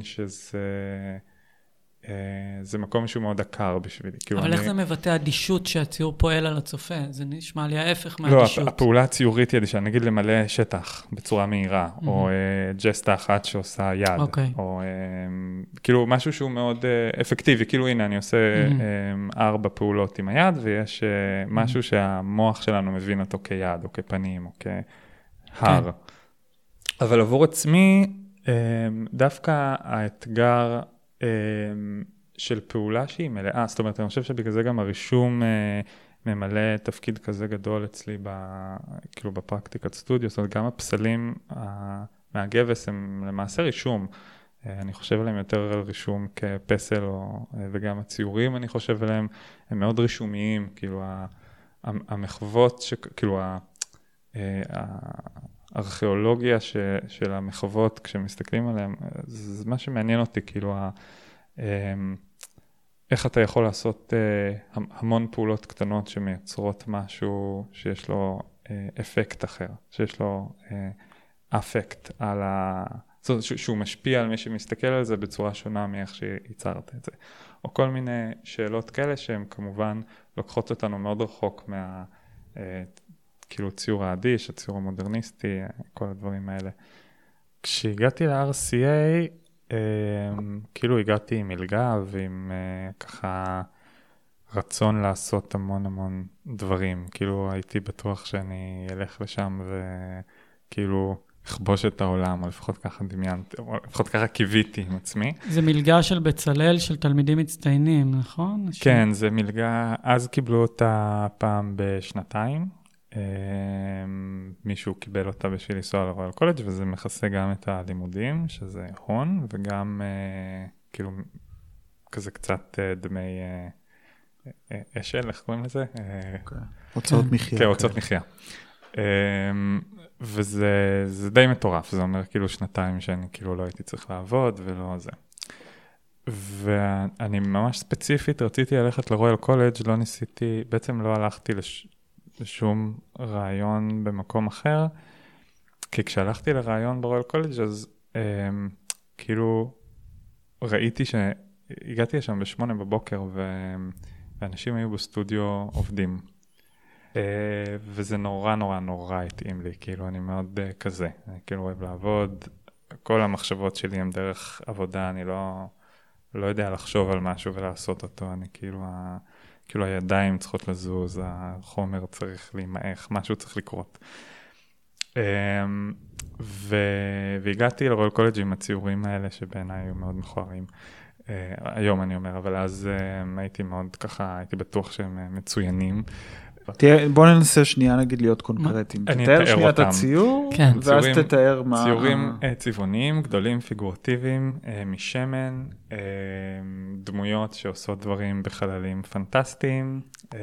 S3: זה מקום שהוא מאוד עקר בשבילי.
S2: אבל איך זה מבטא אדישות שהציור פועל על הצופה? זה נשמע לי ההפך מהאדישות.
S3: לא, הפעולה הציורית היא אדישה, נגיד למלא שטח בצורה מהירה, או ג'סטה אחת שעושה יד, או כאילו משהו שהוא מאוד אפקטיבי, כאילו הנה אני עושה 4 פעולות עם היד, ויש משהו שהמוח שלנו מבין אותו כיד, או כפנים, או כהר. אבל עבור עצמי, דווקא האתגר של פעולה שהיא מלאה, זאת אומרת, אני חושב שבגלל זה גם הרישום ממלא תפקיד כזה גדול אצלי כאילו בפרקטיקת סטודיו, זאת אומרת, גם הפסלים מהגבס הם למעשה רישום, אני חושב עליהם יותר על רישום כפסל, וגם הציורים אני חושב עליהם, הם מאוד רישומיים, כאילו המחוות, כאילו הארכיאולוגיה של המחוות, כשמסתכלים עליהם, זה מה שמעניין אותי, כאילו, איך אתה יכול לעשות המון פעולות קטנות שמייצרות משהו שיש לו אפקט אחר, שיש לו אפקט על זאת אומרת, שהוא משפיע על מי שמסתכל על זה בצורה שונה מאיך שייצרת את זה. או כל מיני שאלות כאלה שהן כמובן לוקחות אותנו מאוד רחוק כאילו ציור האדיש, הציור המודרניסטי, כל הדברים האלה. כשהגעתי ל-RCA, כאילו הגעתי עם מלגה ועם ככה רצון לעשות המון דברים. כאילו הייתי בטוח שאני אלך לשם וכאילו לכבוש את העולם, או לפחות ככה דמיינתי, או לפחות ככה קיוויתי עם עצמי.
S2: זה מלגה של בצלאל של תלמידים מצטיינים, נכון?
S3: כן, זה מלגה, אז קיבלו אותה פעם בשנתיים. מישהו קיבל אותה בשביל לנסוע לרויאל קולג' וזה מכסה גם את הלימודים, שזה הון, וגם כאילו כזה קצת דמי אשל, איך קוראים לזה?
S1: הוצאות מחיה.
S3: כן, הוצאות מחיה. וזה די מטורף, זה אומר כאילו שנתיים שאני כאילו לא הייתי צריך לעבוד ולא זה. ואני ממש ספציפית רציתי ללכת לרויאל קולג', לא ניסיתי, בעצם לא הלכתי לשום רעיון במקום אחר, כי כשהלכתי לרעיון ברויאל קולג' אז כאילו ראיתי שהגעתי לשם ב8 בבוקר ואנשים היו בסטודיו עובדים. וזה נורא נורא נורא התאים לי, כאילו אני מאוד כזה, אני כאילו אוהב לעבוד, כל המחשבות שלי הם דרך עבודה, אני לא יודע לחשוב על משהו ולעשות אותו, אני כאילו הידיים צריכות לזוז, החומר צריך להימעך, משהו צריך לקרות. והגעתי לרויאל קולג' עם הציורים האלה שבעיניי היו מאוד מכוערים. היום אני אומר, אבל אז הייתי מאוד ככה, הייתי בטוח שהם מצוינים.
S1: בוא ננסה שנייה נגיד להיות קונקרטיים. תתאר שנייה את הציור, ואז תתאר מה...
S3: ציורים צבעוניים, גדולים, פיגורטיביים, משמן, דמויות שעושות דברים בחללים פנטסטיים.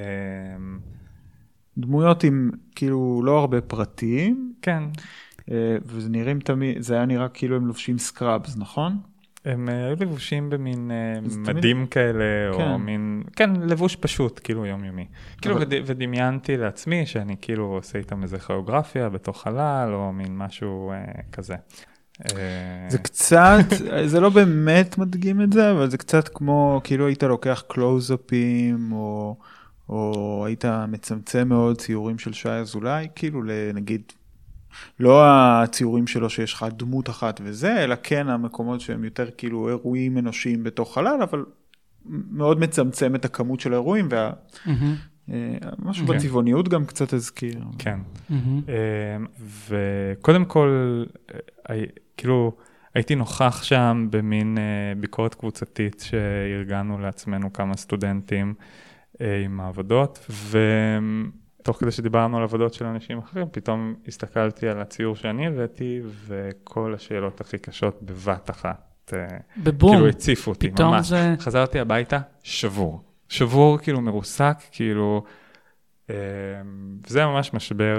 S1: דמויות עם כאילו לא הרבה פרטים.
S3: כן.
S1: וזה נראים תמיד, זה היה נראה כאילו הם לובשים סקראבס, נכון?
S3: הם היו לבושים במין מדים כאלה, או מין, כן, לבוש פשוט, כאילו יומיומי. כאילו, ודמיינתי לעצמי שאני כאילו עושה איתם איזה כיאוגרפיה בתוך חלל, או מין משהו כזה.
S1: זה קצת, זה לא באמת מדגים את זה, אבל זה קצת כמו, כאילו היית לוקח קלוז-אפים, או היית מצמצם מאוד ציורים של שי אזולאי, כאילו נגיד, לא הציורים שלו שיש לך דמות אחת וזה, אלא כן המקומות שהם יותר כאילו אירועים אנושיים בתוך חלל, אבל מאוד מצמצם את הכמות של האירועים, משהו בצבעוניות גם קצת הזכיר.
S3: כן. וקודם כל, כאילו, הייתי נוכח שם במין ביקורת קבוצתית שארגנו לעצמנו כמה סטודנטים עם העבודות, תוך כדי שדיברנו על עבודות של אנשים אחרים, פתאום הסתכלתי על הציור שאני הבאתי, וכל השאלות הכי קשות בבת אחת,
S2: בבום,
S3: כאילו הציפו אותי ממש.
S2: זה...
S3: חזרתי הביתה, שבור כאילו מרוסק, כאילו, זה ממש משבר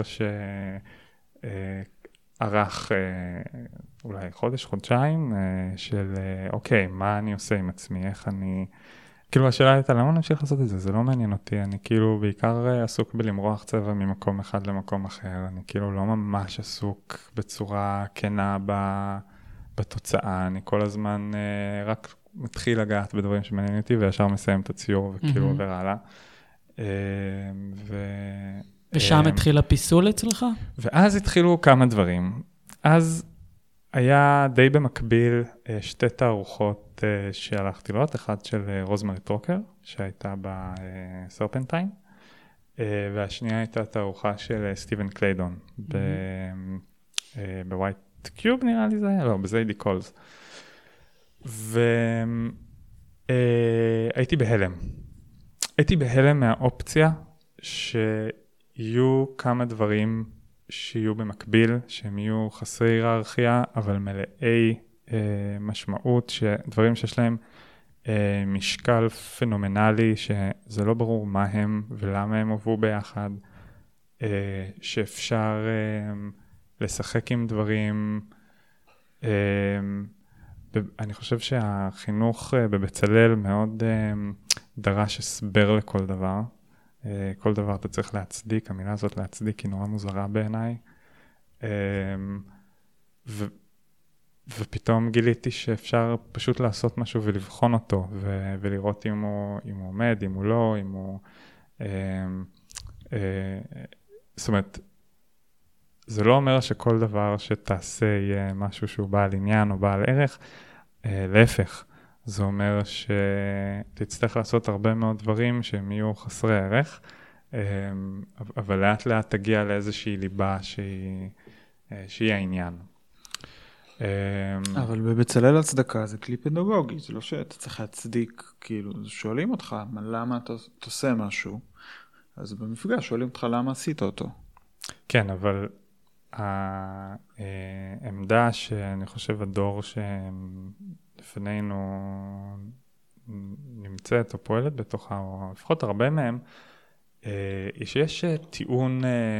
S3: שערך אולי חודש, חודשיים, של אוקיי, מה אני עושה עם עצמי, איך אני... כאילו השאלה הייתה, למה נמשיך לעשות את זה? זה לא מעניין אותי, אני כאילו בעיקר עסוק בלמרוח צבע ממקום אחד למקום אחר, אני כאילו לא ממש עסוק בצורה כנה בתוצאה, אני כל הזמן רק מתחיל לגעת בדברים שמעניין אותי, וישר מסיים את הציור וכאילו עובר הלאה.
S2: ושם התחיל הפיסול אצלך?
S3: ואז התחילו כמה דברים. אז היה די במקביל שתי תערוכות שהלכתי לראות, אחת של רוזמרי טרוקר, שהייתה בסרפנטיין, והשנייה הייתה תערוכה של סטיבן קליידון, בווייט קיוב נראה לי זה היה, לא, בזיידי קולס. והייתי בהלם. הייתי בהלם מהאופציה שיהיו כמה דברים שיהיו במקביל, שהם יהיו חסרי היררכיה, אבל מלאי משמעות, דברים שיש להם משקל פנומנלי, שזה לא ברור מה הם ולמה הם עוברו ביחד, שאפשר לשחק עם דברים. אני חושב שהחינוך בבצלאל מאוד דרש הסבר לכל דבר. כל דבר אתה צריך להצדיק, המילה הזאת להצדיק היא נורא מוזרה בעיניי. ופתאום גיליתי שאפשר פשוט לעשות משהו ולבחון אותו, ולראות אם הוא עומד, אם הוא לא, אם הוא... זאת אומרת, זה לא אומר שכל דבר שתעשה יהיה משהו שהוא בעל עניין או בעל ערך, להפך. זה אומר שתצטרך לעשות הרבה מאוד דברים שהם יהיו חסרי ערך, אבל לאט לאט תגיע לאיזושהי ליבה שהיא העניין.
S1: אבל בבצלאל הצדקה זה כלי פדגוגי, זה לא שאתה צריך להצדיק, כאילו, שואלים אותך למה אתה עושה משהו, אז במפגש שואלים אותך למה עשית אותו.
S3: כן, אבל העמדה שאני חושב הדור שלפנינו נמצאת או פועלת בתוכה, או לפחות הרבה מהם, שיש טיעון,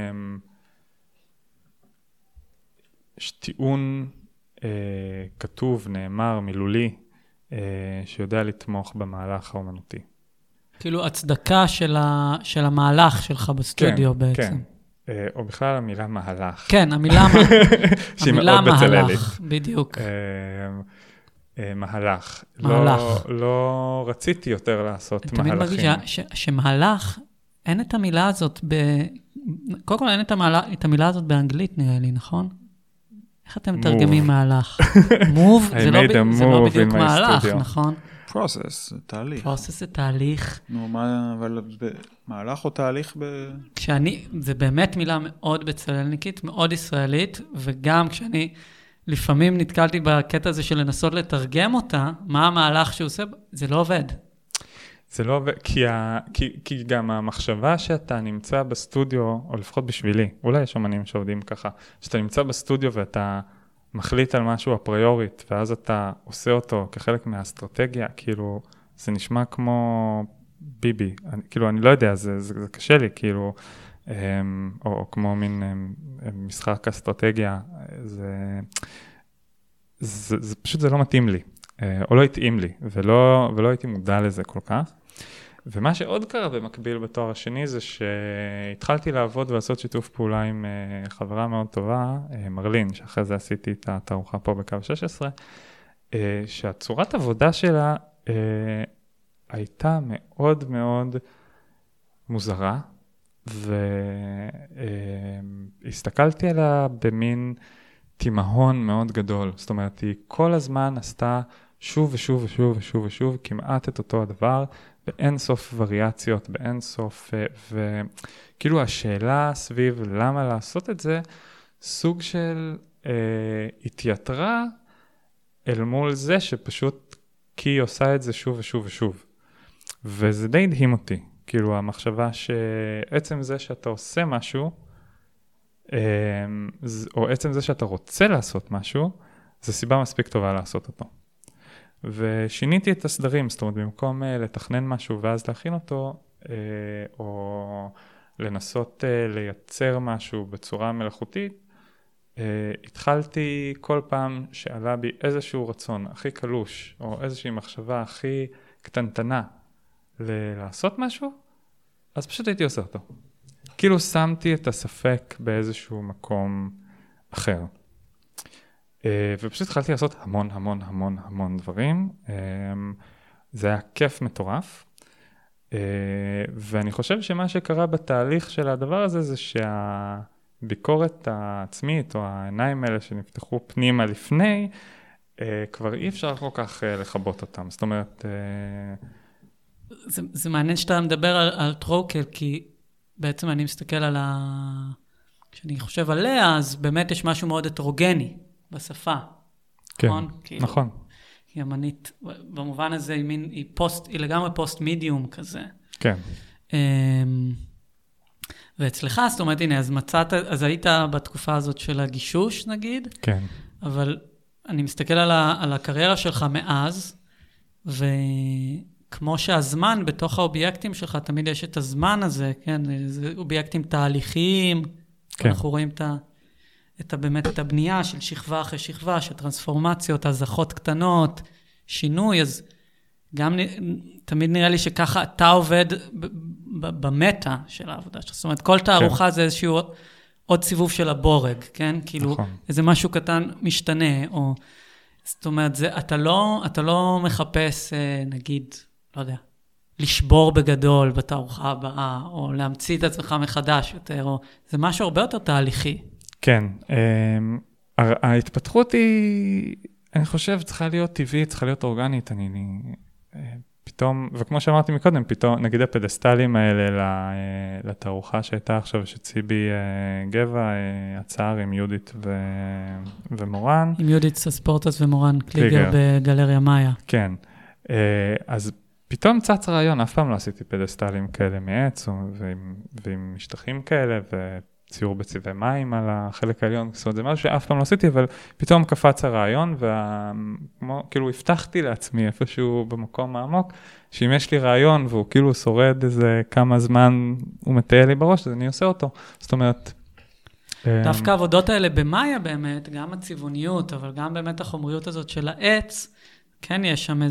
S3: כתוב, נאמר, מילולי, שיודע לתמוך במהלך האומנותי.
S2: כאילו הצדקה של המהלך שלך בסטודיו
S3: כן,
S2: בעצם.
S3: כן. או בכלל המילה מהלך.
S2: כן, המילה
S3: שהיא מאוד בצללית.
S2: מהלך, בדיוק.
S3: מהלך.
S2: מהלך.
S3: לא רציתי יותר לעשות מהלכים.
S2: תמיד מרגיש שמהלך, אין את המילה הזאת קודם כל אין את המילה הזאת באנגלית נראה לי, נכון? איך אתם מתרגמים מהלך? מוב, זה לא בדיוק מהלך, נכון?
S1: פרוסס, זה תהליך.
S2: פרוסס זה תהליך.
S1: נו, אבל מהלך או תהליך
S2: זה באמת מילה מאוד בצללניקית, מאוד ישראלית, וגם כשאני לפעמים נתקלתי בקטע הזה של לנסות לתרגם אותה, מה המהלך שהוא עושה, זה לא עובד.
S3: זה לא עובד, כי גם המחשבה שאתה נמצא בסטודיו, או לפחות בשבילי, אולי יש אומנים שעובדים ככה, שאתה נמצא בסטודיו ואתה מחליט על משהו אפריורית, ואז אתה עושה אותו כחלק מהאסטרטגיה, כאילו, זה נשמע כמו ביבי, כאילו, אני לא יודע, זה קשה לי, כאילו, או כמו מין משחק אסטרטגיה, זה פשוט זה לא מתאים לי, או לא התאים לי, ולא הייתי מודע לזה כל כך. ומה שעוד קרה במקביל בתואר השני, זה שהתחלתי לעבוד ולעשות שיתוף פעולה עם חברה מאוד טובה, מרלין, שאחרי זה עשיתי את התערוכה פה בקו 16, שהצורת עבודה שלה הייתה מאוד מאוד מוזרה, והסתכלתי עליה במין תימהון מאוד גדול. זאת אומרת, היא כל הזמן עשתה שוב ושוב ושוב ושוב ושוב, כמעט את אותו הדבר, באין סוף וריאציות, באין סוף, וכאילו השאלה סביב למה לעשות את זה, סוג של התייתרה אל מול זה שפשוט כי היא עושה את זה שוב ושוב ושוב. וזה די הדהים אותי, כאילו המחשבה שעצם זה שאתה עושה משהו, או עצם זה שאתה רוצה לעשות משהו, זה סיבה מספיק טובה לעשות אותו. ושיניתי את הסדרים, זאת אומרת, במקום לתכנן משהו ואז להכין אותו, או לנסות לייצר משהו בצורה מלאכותית, התחלתי כל פעם שעלה בי איזשהו רצון הכי קלוש, או איזושהי מחשבה הכי קטנטנה לעשות משהו, אז פשוט הייתי עושה אותו. כאילו שמתי את הספק באיזשהו מקום אחר. ופשוט התחלתי לעשות המון המון המון המון דברים. זה היה כיף מטורף. ואני חושב שמה שקרה בתהליך של הדבר הזה, זה שהביקורת העצמית, או העיניים האלה שנפתחו פנימה לפני, כבר אי אפשר כל כך לחבות אותם. זאת אומרת...
S2: זה מעניין שאתה מדבר על טרוקל, כי בעצם אני מסתכל על כשאני חושב עליה, אז באמת יש משהו מאוד הטרוגני בשפה.
S3: כן,
S2: נכון?
S3: נכון.
S2: היא אמנית, במובן הזה היא לגמרי פוסט מידיום כזה.
S3: כן.
S2: ואצלך, זאת אומרת, הנה, אז היית בתקופה הזאת של הגישוש, נגיד?
S3: כן.
S2: אבל אני מסתכל על הקריירה שלך מאז, כמו שהזמן בתוך האובייקטים שלך, תמיד יש את הזמן הזה, כן? זה אובייקטים תהליכיים, כן. אנחנו רואים באמת את הבנייה של שכבה אחרי שכבה, של טרנספורמציות, הזכות קטנות, שינוי, אז גם תמיד נראה לי שככה אתה עובד במטה של העבודה שלך. זאת אומרת, כל תערוכה זה איזשהו עוד סיבוב של הבורג, כן? כאילו, איזה משהו קטן משתנה, או... זאת אומרת, אתה לא מחפש, נגיד, לא יודע, לשבור בגדול בתערוכה הבאה, או להמציא את עצמך מחדש יותר, או... זה משהו הרבה יותר תהליכי.
S3: כן. ההתפתחות היא, אני חושב, צריכה להיות טבעית, צריכה להיות אורגנית. פתאום, וכמו שאמרתי מקודם, פתאום, נגיד הפדסטלים האלה לתערוכה שהייתה עכשיו, שציבי גבע, הצער עם יהודית ומורן. עם
S2: יהודית ספורטס ומורן קליגר בגלריה מאיה.
S3: כן. אז פתאום צץ רעיון, אף פעם לא עשיתי פדסטלים כאלה מעץ, ועם משטחים כאלה, ציור בצבעי מים על החלק העליון, זאת אומרת, זה משהו שאף פעם לא עשיתי, אבל פתאום קפץ הרעיון, וכאילו הבטחתי לעצמי איפשהו במקום העמוק, שאם יש לי רעיון, והוא כאילו שורד איזה כמה זמן הוא מטייל לי בראש, אז אני עושה אותו. זאת אומרת...
S2: דווקא העבודות האלה במאיה באמת, גם הצבעוניות, אבל גם באמת החומריות הזאת של העץ, כן יש שם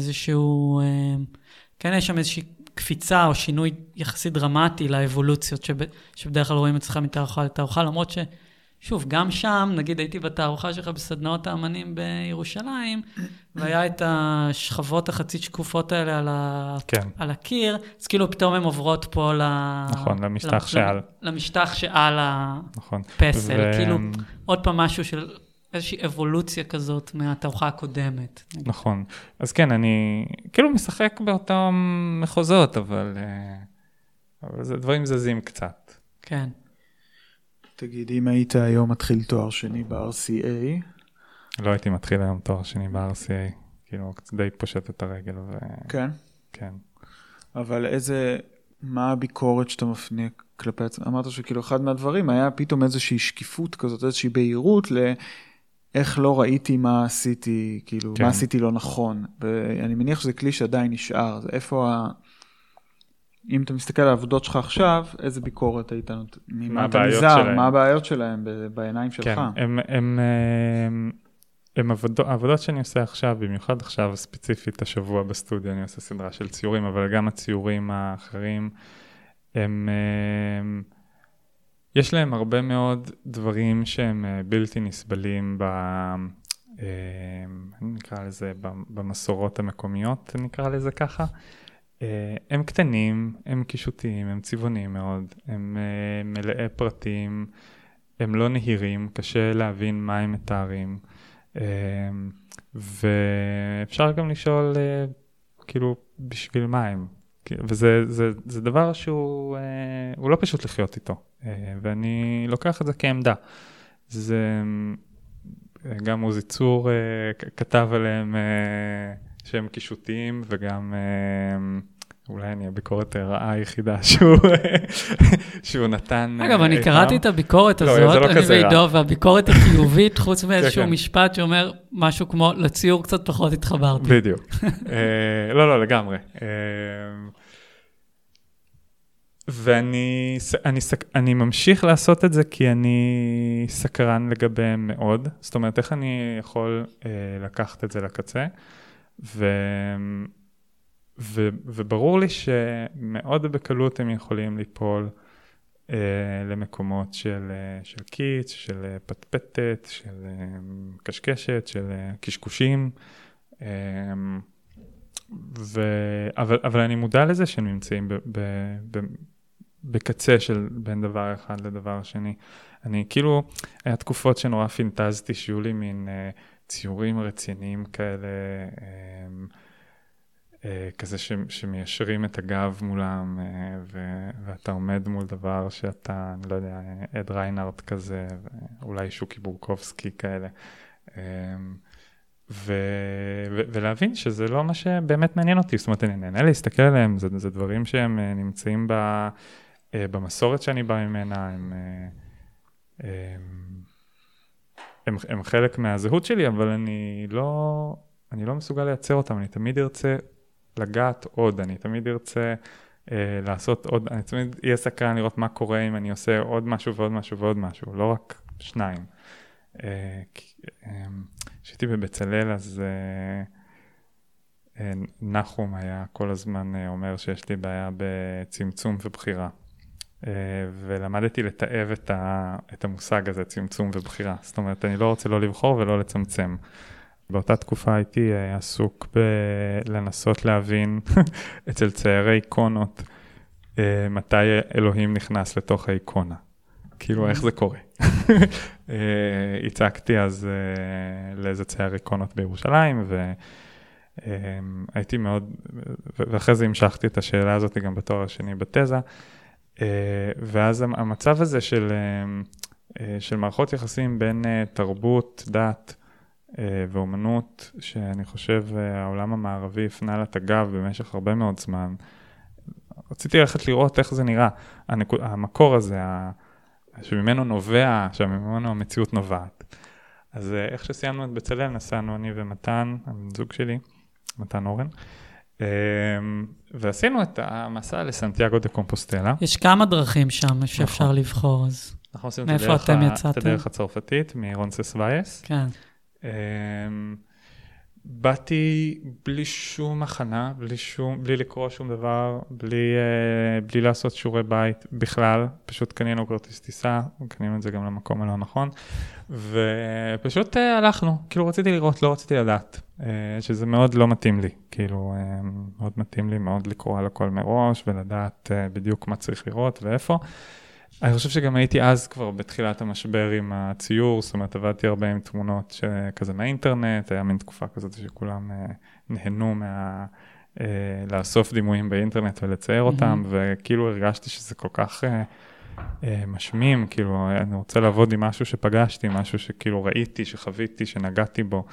S2: איזושהי קפיצה או שינוי יחסית דרמטי לאבולוציות שבדרך כלל רואים אצלך מתערוכה לתערוכה, למרות שוב, גם שם, נגיד הייתי בתערוכה שלך בסדנאות האמנים בירושלים, והיה את השכבות החצית שקופות האלה על הקיר, אז כאילו פתאום הן עוברות פה
S3: למשטח שעל.
S2: למשטח שעל הפסל, כאילו עוד פעם משהו של איזושהי אבולוציה כזאת מהתערוכה הקודמת.
S3: נכון. אז כן, אני כאילו משחק באותם מחוזות, אבל זה דברים זזים קצת.
S2: כן.
S1: תגיד, אם היית היום מתחיל תואר שני ב-RCA?
S3: לא הייתי מתחיל היום תואר שני ב-RCA, כאילו די פושט את הרגל.
S1: כן?
S3: כן.
S1: אבל מה הביקורת שאתה מפנה כלפי עצמך? אמרת שכאילו אחד מהדברים היה פתאום איזושהי שקיפות כזאת, איזושהי בהירות איך לא ראיתי מה עשיתי, כאילו, מה עשיתי לא נכון. ואני מניח שזה כלי שעדיין נשאר. זה איפה אם אתה מסתכל על העבודות שלך עכשיו, איזה ביקורת היית נותן? מה אתה נזהר? מה הבעיות שלהם בעיניים שלך?
S3: כן, העבודות שאני עושה עכשיו, במיוחד עכשיו ספציפית השבוע בסטודיו, אני עושה סדרה של ציורים, אבל גם הציורים האחרים, יש להם הרבה מאוד דברים שהם בלתי נסבלים נקרא לזה, במסורות המקומיות, נקרא לזה ככה. הם קטנים, הם קישוטיים, הם צבעוניים מאוד, הם מלאי פרטים, הם לא נהירים, קשה להבין מה הם מתארים, ואפשר גם לשאול כאילו בשביל מה הם, וזה דבר שהוא לא פשוט לחיות איתו, ואני לוקח את זה כעמדה. זה גם עוזי צור כתב עליהם שהם קישוטיים, וגם אולי אני הביקורת הרעה היחידה שהוא נתן.
S2: אגב, אני קראתי את הביקורת הזאת, אני ועידו, והביקורת החיובית, חוץ מאיזשהו משפט שאומר משהו כמו, לציור קצת פחות התחברתי.
S3: בדיוק. לא, לגמרי. ואני ממשיך לעשות את זה כי אני סקרן לגביהם מאוד. זאת אומרת, איך אני יכול לקחת את זה לקצה? וברור לי שמאוד בקלות הם יכולים ליפול למקומות של קיץ, של פטפטת, של קשקשת, של קשקושים. אבל אני מודע לזה שהם נמצאים בקצה של בין דבר אחד לדבר שני. אני כאילו, היה תקופות שנורא פינטזתי שיהיו לי מין ציורים רציניים כאלה, כזה שמיישרים את הגב מולם, ואתה עומד מול דבר שאתה, אני לא יודע, אד ריינארט כזה, אולי שוקי בורקובסקי כאלה. ולהבין שזה לא מה שבאמת מעניין אותי, זאת אומרת, אני נהנה להסתכל עליהם, זה דברים שהם נמצאים במסורת שאני בא ממנה, הם חלק מהזהות שלי, אבל אני לא מסוגל לייצר אותם, אני תמיד ארצה לגעת עוד, אני תמיד ארצה לעשות עוד, אני תמיד אהיה סקרן לראות מה קורה אם אני עושה עוד משהו ועוד משהו ועוד משהו, לא רק שניים. כשהייתי בבצלאל, אז נחום היה כל הזמן אומר שיש לי בעיה בצמצום ובחירה. ולמדתי לתאב את המושג הזה, צמצום ובחירה. זאת אומרת, אני לא רוצה לא לבחור ולא לצמצם. באותה תקופה הייתי עסוק לנסות להבין אצל ציירי איקונות, מתי אלוהים נכנס לתוך האיקונה. כאילו, איך זה קורה? הצגתי אז לאיזה צייר איקונות בירושלים, והייתי מאוד, ואחרי זה המשכתי את השאלה הזאת גם בתואר השני בתזה, ואז המצב הזה של מערכות יחסים בין תרבות, דת ואומנות, שאני חושב העולם המערבי הפנה לה את הגב במשך הרבה מאוד זמן, רציתי ללכת לראות איך זה נראה. המקור הזה, שממנו נובע, שממנו המציאות נובעת. אז איך שסיימנו את בצלאל, נסענו אני ומתן, הזוג שלי, מתן אורן, ועשינו את המסע לסנטיאגו דה קומפוסטלה.
S2: יש כמה דרכים שם שאפשר לבחור, אז
S3: אנחנו עושים
S2: מאיפה אתם יצאתם?
S3: את הדרך הצרפתית, מרונסס-וייס.
S2: כן.
S3: באתי בלי שום הכנה, בלי לקרוא שום דבר, בלי לעשות שיעורי בית בכלל, פשוט קנינו כרטיס טיסה, קנינו את זה גם למקום הלא נכון, ופשוט הלכנו, כאילו רציתי לראות, לא רציתי לדעת, שזה מאוד לא מתאים לי, כאילו מאוד מתאים לי, מאוד לקרוא על הכל מראש, ולדעת בדיוק מה צריך לראות ואיפה. אני חושב שגם הייתי אז כבר בתחילת המשבר עם הציור, זאת אומרת, עבדתי הרבה עם תמונות כזה מהאינטרנט, היה מין תקופה כזאת שכולם נהנו לאסוף דימויים באינטרנט ולצייר אותם, וכאילו הרגשתי שזה כל כך משמים, כאילו אני רוצה לעבוד עם משהו שפגשתי, משהו שכאילו ראיתי, שחוויתי, שנגעתי בו.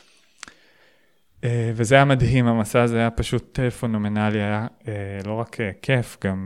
S3: וזה היה מדהים, המסע הזה היה פשוט פונומנלי, היה לא רק כיף, גם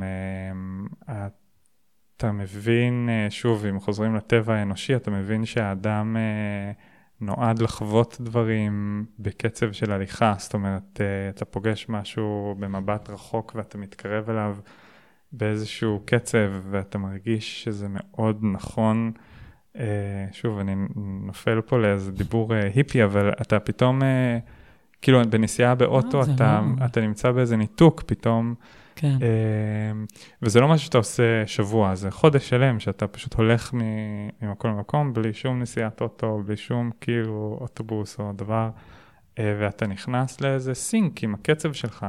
S3: אתה מבין, שוב, אם חוזרים לטבע האנושי, אתה מבין שהאדם נועד לחוות דברים בקצב של הליכה, זאת אומרת, אתה פוגש משהו במבט רחוק ואתה מתקרב אליו באיזשהו קצב, ואתה מרגיש שזה מאוד נכון. שוב, אני נופל פה לאיזה דיבור היפי, אבל אתה פתאום, כאילו בנסיעה באוטו, אתה נמצא באיזה ניתוק פתאום,
S2: כן.
S3: וזה לא משהו שאתה עושה שבוע, זה חודש שלם שאתה פשוט הולך ממקום למקום, בלי שום נסיעת אוטו, בלי שום כאילו אוטובוס או דבר, ואתה נכנס לאיזה סינק עם הקצב שלך.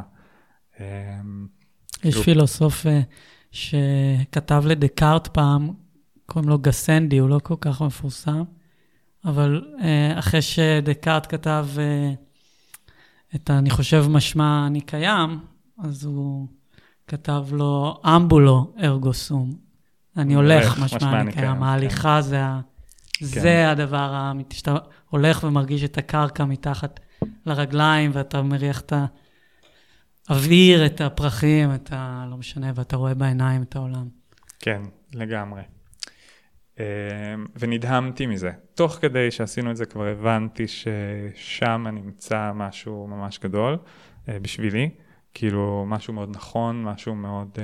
S2: יש פילוסוף שכתב לדקארט פעם, קוראים לו גסנדי, הוא לא כל כך מפורסם, אבל אחרי שדקארט כתב אני חושב משמע אני קיים, אז הוא כתב לו אמבולו ארגו סום. אני הולך משמע אני קיים. ההליכה זה הדבר האמיתי, שאתה הולך ומרגיש את הקרקע מתחת לרגליים, ואתה מריח את האוויר, את הפרחים, לא משנה, ואתה רואה בעיניים את העולם.
S3: כן, לגמרי. ונדהמתי מזה. תוך כדי שעשינו את זה כבר הבנתי ששם נמצא משהו ממש גדול בשבילי, כאילו משהו מאוד נכון, משהו מאוד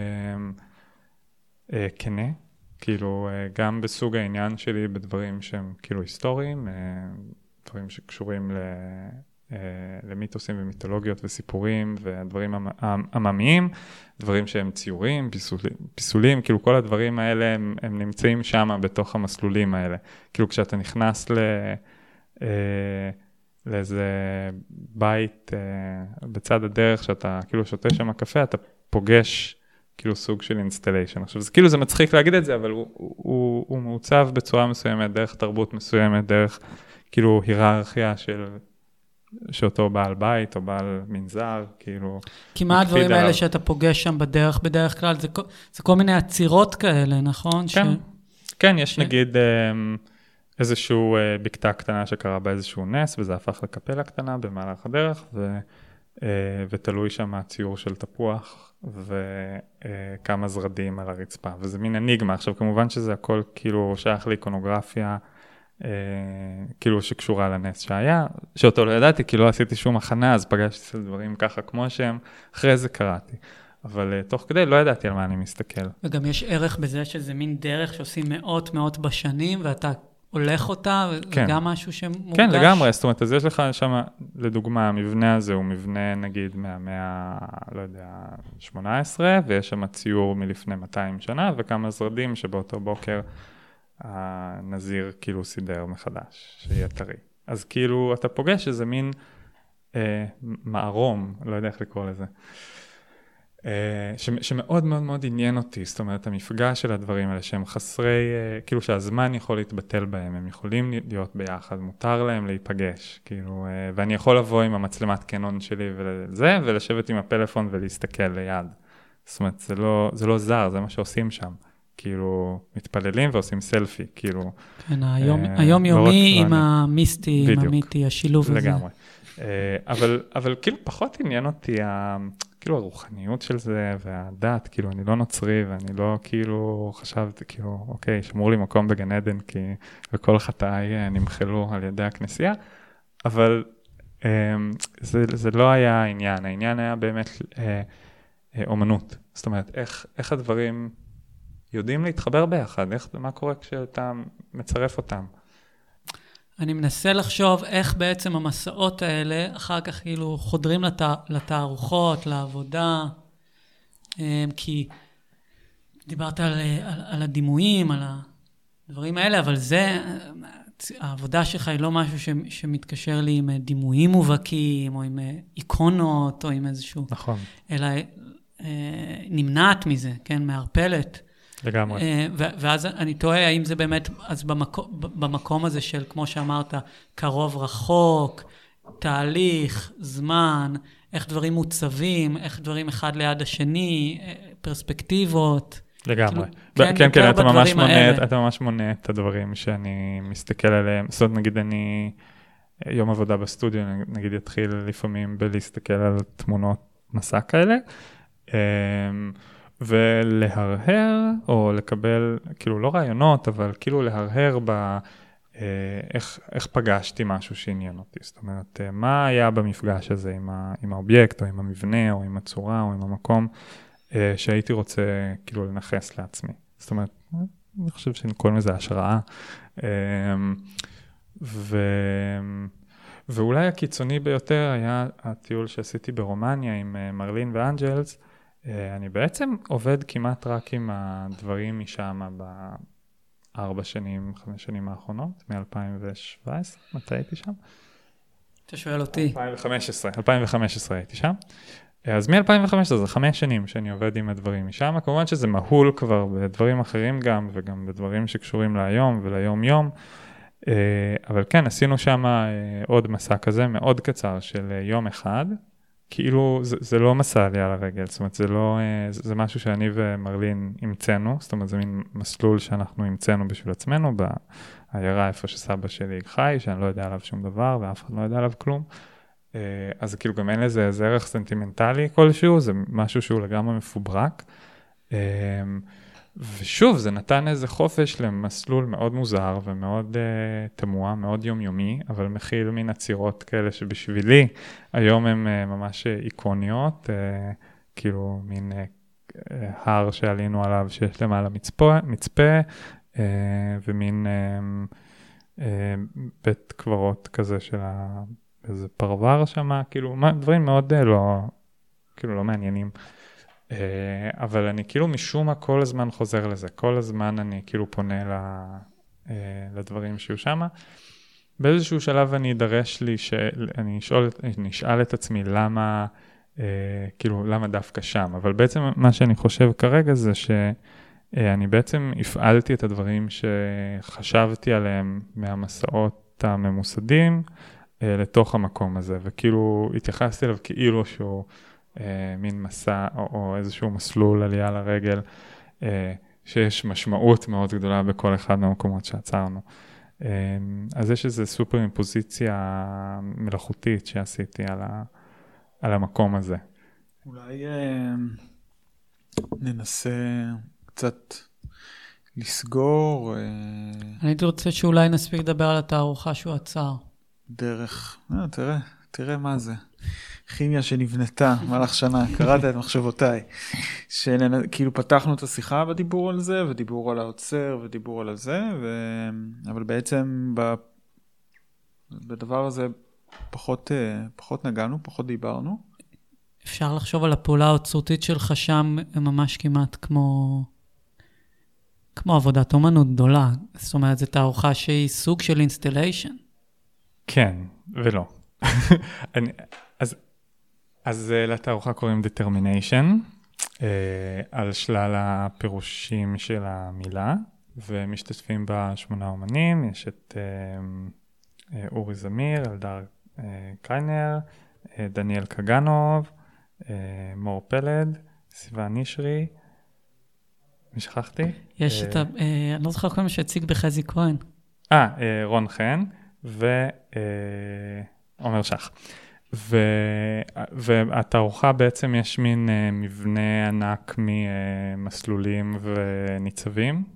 S3: כנה, כאילו גם בסוג העניין שלי בדברים שהם כאילו היסטוריים, דברים שקשורים למיתוסים ומיתולוגיות וסיפורים והדברים עממיים, דברים שהם ציורים, פיסולים, כאילו כל הדברים האלה הם נמצאים שם בתוך המסלולים האלה. כאילו כשאתה נכנס לאיזה בית בצד הדרך שאתה כאילו שותה שם קפה, אתה פוגש כאילו סוג של אינסטליישן. עכשיו זה כאילו זה מצחיק להגיד את זה, אבל הוא מעוצב בצורה מסוימת, דרך תרבות מסוימת, דרך כאילו היררכיה שאותו בעל בית או בעל מנזר, כאילו...
S2: כי מה הדברים האלה שאתה פוגש שם בדרך כלל? זה כל מיני עצירות כאלה, נכון?
S3: כן, כן, יש נגיד איזשהו בקתה קטנה שקרה באיזשהו נס, וזה הפך לקפלה קטנה במהלך הדרך, ותלוי שם הציור של תפוח, וכמה זרדים על הרצפה, וזה מין אניגמה. עכשיו, כמובן שזה הכל כאילו שייך לאיקונוגרפיה, כאילו שקשורה לנס שהיה, שאותו לא ידעתי, כי לא עשיתי שום הכנה, אז פגשתי את דברים ככה כמו שהם, אחרי זה קראתי. אבל תוך כדי לא ידעתי על מה אני מסתכל.
S2: וגם יש ערך בזה שזה מין דרך שעושים מאות בשנים, ואתה הולך אותה,
S3: כן.
S2: וגם משהו שמורגש.
S3: כן, לגמרי, זאת אומרת, אז יש לך שם, לדוגמה, המבנה הזה הוא מבנה, נגיד, מהמאה, לא יודע, 18, ויש שם ציור מלפני 200 שנה, וכמה זרדים שבאותו בוקר הנזיר כאילו סידר מחדש, שיהיה טרי. אז כאילו אתה פוגש איזה מין מערום, לא יודע איך לקרוא לזה, שמאוד מאוד מאוד עניין אותי, זאת אומרת, המפגש של הדברים האלה, שהם חסרי, כאילו שהזמן יכול להתבטל בהם, הם יכולים להיות ביחד, מותר להם להיפגש, כאילו, ואני יכול לבוא עם המצלמת קנון שלי וזה, ולשבת עם הפלאפון ולהסתכל ליד. זאת אומרת, זה לא זר, זה מה שעושים שם. כאילו, מתפללים ועושים סלפי, כאילו.
S2: כן, היום יומי עם המיסטי, עם המיתי, השילוב הזה.
S3: לגמרי. אבל כאילו פחות עניין אותי כאילו הרוחניות של זה והדת, כאילו אני לא נוצרי ואני לא כאילו חשבתי כאילו אוקיי, שמור לי מקום בגן עדן כי וכל חטאי נמחלו על ידי הכנסייה, אבל זה לא היה העניין, העניין היה באמת אומנות, זאת אומרת איך הדברים יודעים להתחבר ביחד, מה קורה כשאתה מצרף אותם.
S2: אני מנסה לחשוב איך בעצם המסעות האלה אחר כך כאילו חודרים לתערוכות, לעבודה, כי דיברת על הדימויים, על הדברים האלה, אבל העבודה שלך היא לא משהו שמתקשר לי עם דימויים מובהקים, או עם איקונות, או עם איזשהו...
S3: נכון.
S2: אלא נמנעת מזה, כן, מערפלת.
S3: לגמרי.
S2: ואז אני תוהה, האם זה באמת, אז במקום הזה של, כמו שאמרת, קרוב רחוק, תהליך, זמן, איך דברים מוצבים, איך דברים אחד ליד השני, פרספקטיבות.
S3: לגמרי.
S2: כן,
S3: כן, אתה ממש מונה את הדברים שאני מסתכל עליהם. זאת אומרת, נגיד אני, יום עבודה בסטודיו, נגיד יתחיל לפעמים בלהסתכל על תמונות מסע כאלה, ולהרהר, או לקבל, כאילו לא רעיונות, אבל כאילו להרהר איך פגשתי משהו שעניין אותי. זאת אומרת, מה היה במפגש הזה עם האובייקט, או עם המבנה, או עם הצורה, או עם המקום, שהייתי רוצה כאילו לנחס לעצמי. זאת אומרת, אני חושב שקוראים לזה השראה. ואולי הקיצוני ביותר היה הטיול שעשיתי ברומניה עם מרלין ואנג'לס. אני בעצם עובד כמעט רק עם הדברים משם ב4 שנים, 5 שנים האחרונות, מ-2017, מתי הייתי שם?
S2: אתה שואל אותי.
S3: 2015 הייתי שם. אז מ-2015 זה 5 שנים שאני עובד עם הדברים משם, כמובן שזה מהול כבר בדברים אחרים גם, וגם בדברים שקשורים להיום וליום יום, אבל כן, עשינו שם עוד מסע כזה מאוד קצר של יום אחד, כאילו זה לא מסע עלייה לרגל, זאת אומרת זה משהו שאני ומרלין המצאנו, זאת אומרת זה מין מסלול שאנחנו המצאנו בשביל עצמנו, בעיירה איפה שסבא שלי חי, שאני לא יודע עליו שום דבר ואף אחד לא יודע עליו כלום, אז כאילו גם אין לזה איזה ערך סנטימנטלי כלשהו, זה משהו שהוא לגמרי מפוברק, ושוב, זה נתן איזה חופש למסלול מאוד מוזר ומאוד תמוה, מאוד יומיומי, אבל מכיל מין עצירות כאלה שבשבילי היום הן ממש איקוניות, כאילו מין הר שעלינו עליו שיש למעלה מצפה, ומין בית קברות כזה של איזה פרוור שם, כאילו דברים מאוד לא מעניינים. אבל אני כאילו משום מה כל הזמן חוזר לזה, כל הזמן אני כאילו פונה לדברים שיהיו שם. באיזשהו שלב אני אדרש לי, אני אשאל את עצמי למה, כאילו למה דווקא שם, אבל בעצם מה שאני חושב כרגע זה שאני בעצם הפעלתי את הדברים שחשבתי עליהם מהמסעות הממוסדים לתוך המקום הזה, וכאילו התייחסתי אליו כאילו שהוא מין מסע או איזשהו מסלול עלייה לרגל, שיש משמעות מאוד גדולה בכל אחד מהמקומות שעצרנו. אז יש איזו סופר אימפוזיציה מלאכותית שעשיתי על המקום הזה.
S1: אולי ננסה קצת לסגור.
S2: אני הייתי רוצה שאולי נספיק לדבר על התערוכה שהוא עצר.
S1: דרך, תראה מה זה. כימיה שנבנתה במהלך שנה, קראת את מחשבותיי, כאילו פתחנו את השיחה בדיבור על זה, ודיבור על האוצר, ודיבור על זה, אבל בעצם בדבר הזה פחות נגענו, פחות דיברנו.
S2: אפשר לחשוב על הפעולה האוצרותית שלך שם, ממש כמעט כמו עבודת אומנות גדולה, זאת אומרת, זו תערוכה שהיא סוג של אינסטליישן.
S3: כן, ולא. אז לתערוכה קוראים Determination, על שלל הפירושים של המילה, ומשתתפים בה 8 אומנים, יש את אורי זמיר, אלדר קיינר, דניאל קגנוב, מור פלד, סיוון נשרי, משכחתי?
S2: יש את אני לא זוכר כל מה שהציג בחזי כהן.
S3: רון חן ועומר שח. והתערוכה בעצם יש מין מבנה ענק ממסלולים וניצבים,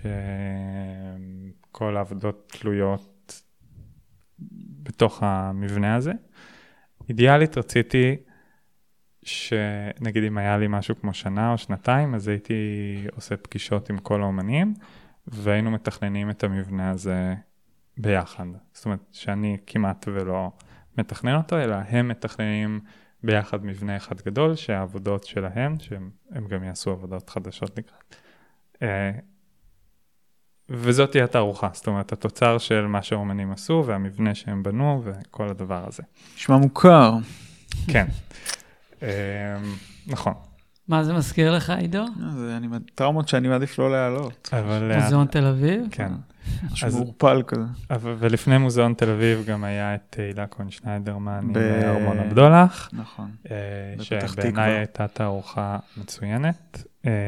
S3: שכל העבודות תלויות בתוך המבנה הזה. אידיאלית רציתי שנגיד אם היה לי משהו כמו שנה או שנתיים, אז הייתי עושה פגישות עם כל האומנים, והיינו מתכננים את המבנה הזה ביחד. זאת אומרת שאני כמעט ולא מתכנן אותו, אלא הם מתכננים ביחד מבנה אחד גדול, שהעבודות שלהם, שהם גם יעשו עבודות חדשות לקראת. וזאת תהיה התערוכה, זאת אומרת, התוצר של מה שהאומנים עשו, והמבנה שהם בנו, וכל הדבר הזה.
S1: נשמע מוכר.
S3: כן. נכון.
S2: מה זה מזכיר לך, עידו?
S1: זה טראומות שאני מעדיף לא להעלות.
S2: מוזיאון תל אביב?
S3: כן.
S1: משהו מעורפל כזה.
S3: ולפני מוזיאון תל אביב גם היה את הילה כהן-שניידרמן עם ארמון הבדולח.
S1: נכון.
S3: שבעיניי הייתה תערוכה מצוינת.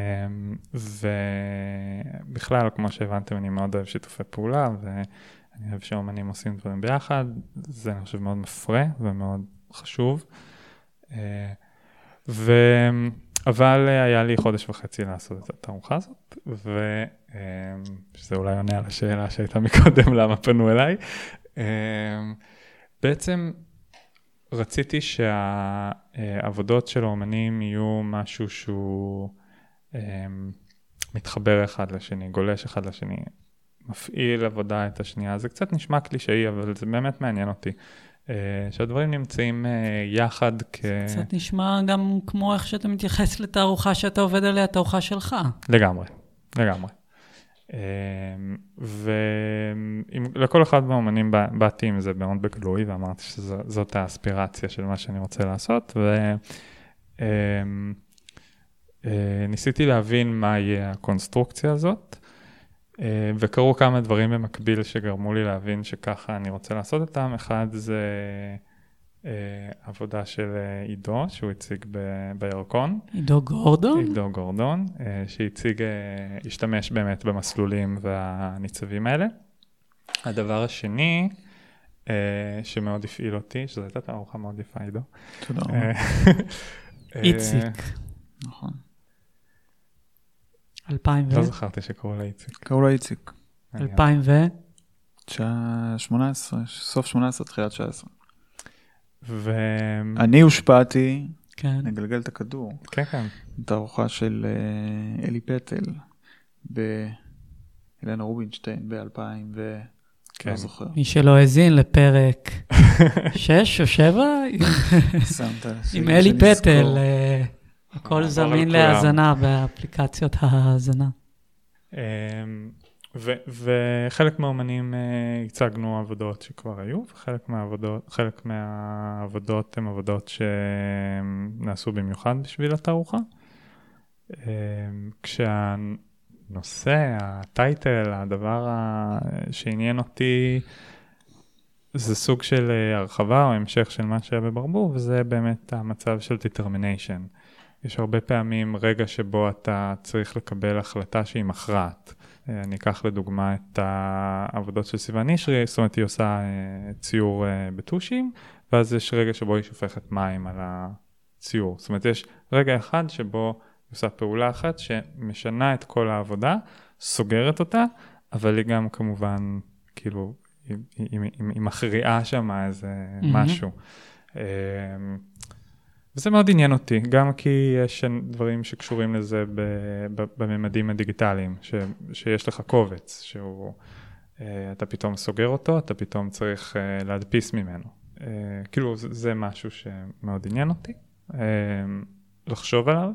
S3: ובכלל, כמו שהבנתם, אני מאוד אוהב שיתופי פעולה, ואני אוהב שהאומנים עושים דברים ביחד. זה אני חושב מאוד מפרה ומאוד חשוב. אבל היה לי חודש וחצי לעשות את התערוכה הזאת, ושזה אולי עונה על השאלה שהייתה מקודם, למה פנו אליי. בעצם רציתי שהעבודות של האומנים יהיו משהו שהוא מתחבר אחד לשני, גולש אחד לשני, מפעיל עבודה את השנייה. זה קצת נשמע קלישאי, אבל זה באמת מעניין אותי. שהדברים נמצאים יחד
S2: קצת נשמע גם כמו איך שאתה מתייחס לתערוכה שאתה עובד עליה, תערוכה שלך.
S3: לגמרי. ולכל אחד מהאומנים באתי עם זה מאוד בגלוי, ואמרתי שזאת האספירציה של מה שאני רוצה לעשות, וניסיתי להבין מה יהיה הקונסטרוקציה הזאת, וקראו כמה דברים במקביל שגרמו לי להבין שככה אני רוצה לעשות אותם. אחד זה עבודה של עידו, שהוא הציג בירקון.
S2: עידו גורדון?
S3: עידו גורדון, השתמש באמת במסלולים והניצבים האלה. הדבר השני, שמאוד הפעיל אותי, שזו הייתה תערוכה מאוד יפה, עידו.
S1: תודה רבה.
S2: איציק.
S1: נכון.
S2: 2000
S3: לא זכרתי שקראו לה איציק.
S1: קראו לה איציק.
S2: 2018,
S1: סוף 18, תחילת 19.
S3: אני
S1: אני הושפעתי,
S2: כן.
S1: נגלגל את הכדור.
S3: כן, כן.
S1: תערוכה של אלי פטל, באלנה רובינשטיין, ב-2000
S3: כן.
S1: לא זוכר.
S2: מי שלא האזין לפרק 6 או 7, עם אלי פטל, הכל זמין להאזנה באפליקציות ההאזנה.
S3: וחלק מהאומנים הצגנו עבודות שכבר היו, וחלק מהעבודות הן עבודות שנעשו במיוחד בשביל התערוכה. כשהנושא, הטייטל, הדבר שעניין אותי, זה סוג של הרחבה או המשך של מה שהיה בברבור, וזה באמת המצב של determination. יש הרבה פעמים רגע שבו אתה צריך לקבל החלטה שהיא מכרעת. אני אקח לדוגמה את העבודות של סיוון נשרי, זאת אומרת היא עושה ציור בטושים, ואז יש רגע שבו היא שופכת מים על הציור. זאת אומרת יש רגע אחד שבו היא עושה פעולה אחת שמשנה את כל העבודה, סוגרת אותה, אבל היא גם כמובן כאילו היא מכריעה שם איזה משהו. וזה מאוד עניין אותי, גם כי יש דברים שקשורים לזה בממדים הדיגיטליים, שיש לך קובץ, שהוא, אתה פתאום סוגר אותו, אתה פתאום צריך להדפיס ממנו. כאילו זה משהו שמאוד עניין אותי, לחשוב עליו,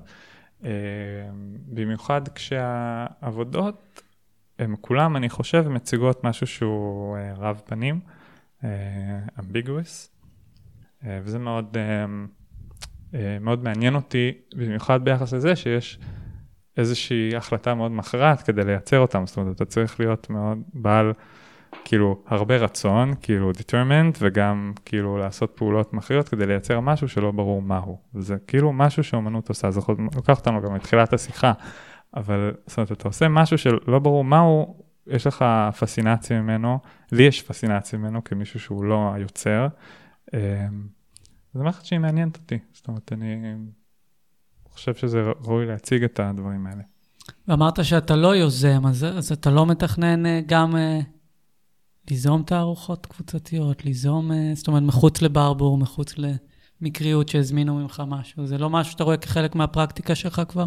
S3: במיוחד כשהעבודות, הם כולם, אני חושב, מציגות משהו שהוא רב פנים, ambiguous, וזה מאוד מאוד מעניין אותי, במיוחד ביחס לזה שיש איזושהי החלטה מאוד מכרעת כדי לייצר אותם, זאת אומרת, אתה צריך להיות מאוד בעל, כאילו, הרבה רצון, כאילו, determined, וגם, כאילו, לעשות פעולות מכריעות כדי לייצר משהו שלא ברור מהו. וזה כאילו משהו שאומנות עושה, זה לוקח אותנו גם לתחילת השיחה, אבל, זאת אומרת, אתה עושה משהו שלא ברור מהו, יש לך פסינציה ממנו, לי יש פסינציה ממנו כמישהו שהוא לא היוצר, זו מערכת שהיא מעניינת אותי. זאת אומרת, אני חושב שזה ראוי להציג את הדברים האלה.
S2: ואמרת שאתה לא יוזם, אז אתה לא מתכנן גם ליזום תערוכות קבוצתיות, ליזום, זאת אומרת, מחוץ לברבור, מחוץ למקריות שהזמינו ממך משהו. זה לא משהו שאתה רואה כחלק מהפרקטיקה שלך כבר?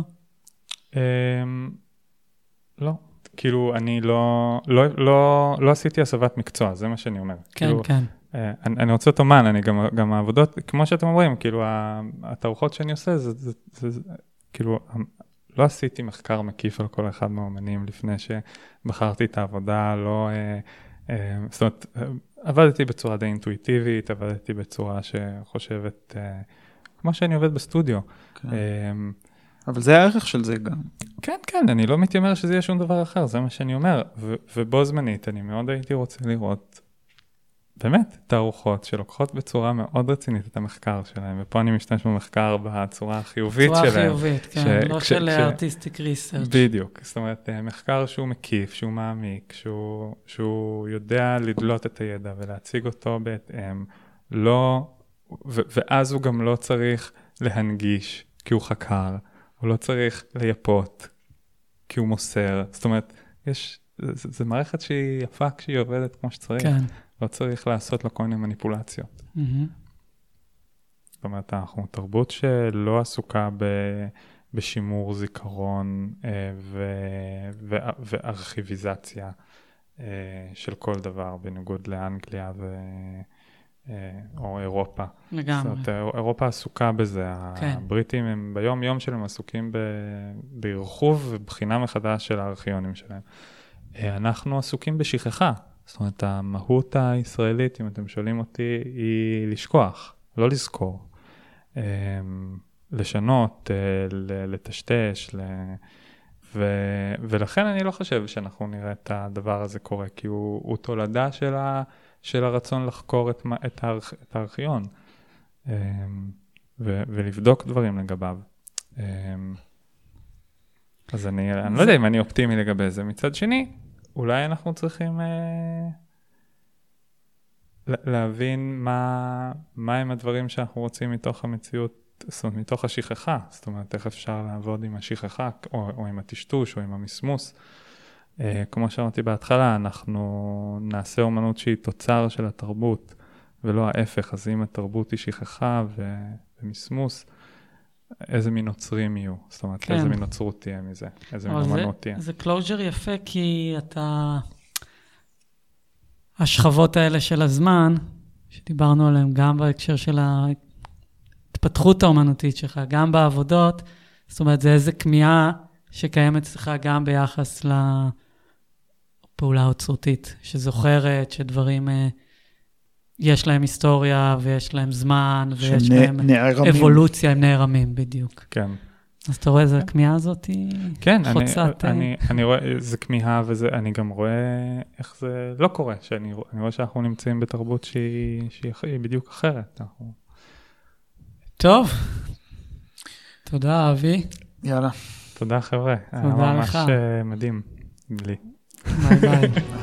S2: לא. כאילו, אני לא עשיתי הסבת מקצוע, זה מה שאני אומר. כן,
S3: כאילו,
S2: כן.
S3: אני רוצה אומן, אני גם העבודות, כמו שאתם אומרים, כאילו, התערוכות שאני עושה, זה כאילו, לא עשיתי מחקר מקיף על כל אחד מהאומנים לפני שבחרתי את העבודה, לא, זאת אומרת, עבדתי בצורה די אינטואיטיבית, עבדתי בצורה שחושבת, כמו שאני עובד בסטודיו.
S1: כן. אבל זה הערך של זה גם.
S3: כן, כן, אני לא מתיימר שזה יהיה שום דבר אחר, זה מה שאני אומר. ובו זמנית, אני מאוד הייתי רוצה לראות, באמת, תערוכות שלוקחות בצורה מאוד רצינית את המחקר שלהם, ופה אני משתמש במחקר בצורה החיובית שלהם.
S2: בצורה חיובית, כן, לא של artistic research.
S3: בדיוק, זאת אומרת, מחקר שהוא מקיף, שהוא מעמיק, שהוא יודע לדלות את הידע ולהציג אותו בהתאם, ואז הוא גם לא צריך להנגיש, כי הוא חקר, הוא לא צריך לייפות, כי הוא מוסר. זאת אומרת, זה מערכת שהיא יפה כשהיא עובדת כמו שצריך.
S2: כן.
S3: לא צריך לעשות לו כל מיני מניפולציות. זאת אומרת, אנחנו תרבות שלא עסוקה בשימור זיכרון וארכיביזציה של כל דבר, בניגוד לאנגליה או אירופה.
S2: לגמרי.
S3: זאת אומרת, אירופה עסוקה בזה.
S2: כן.
S3: הבריטים הם ביום יום שלהם עסוקים בהרחוב ובחינה מחדש של הארכיונים שלהם. אנחנו עסוקים בשכחה. זאת אומרת, המהות הישראלית, אם אתם שואלים אותי, היא לשכוח, לא לזכור. לשנות, לטשטש, ולכן אני לא חושב שאנחנו נראה את הדבר הזה קורה, כי הוא תולדה של הרצון לחקור את הארכיון, ולבדוק דברים לגביו. אז אני לא יודע אם אני אופטימי לגבי זה. מצד שני, אולי אנחנו צריכים להבין מה הם הדברים שאנחנו רוצים מתוך המציאות, זאת אומרת, מתוך השכחה. זאת אומרת, איך אפשר לעבוד עם השכחה, או עם הטשטוש, או עם המסמוס. כמו שאמרתי בהתחלה, אנחנו נעשה אומנות שהיא תוצר של התרבות, ולא ההפך. אז אם התרבות היא שכחה ומסמוס, איזה מין נוצרים יהיו, זאת אומרת, כן. איזה מין נוצרות תהיה מזה, איזה מין אומנות תהיה.
S2: זה closure יפה, כי השכבות האלה של הזמן, שדיברנו עליהם גם בהקשר של ההתפתחות האומנותית שלך, גם בעבודות, זאת אומרת, זה איזה כמיהה שקיימת אצלך גם ביחס לפעולה האוצרותית, שזוכרת שדברים יש להם היסטוריה, ויש להם זמן, ויש להם אבולוציה, הם נערמים, בדיוק.
S3: כן.
S2: אז אתה רואה, איזה כמיהה הזאת היא חוצת.
S3: כן, אני רואה איזה כמיהה, ואני גם רואה איך זה לא קורה, שאני רואה שאנחנו נמצאים בתרבות שהיא בדיוק אחרת.
S2: טוב. תודה, אבי.
S1: יאללה.
S3: תודה, חבר'ה.
S2: תודה לך.
S3: ממש מדהים לי.
S2: ביי ביי.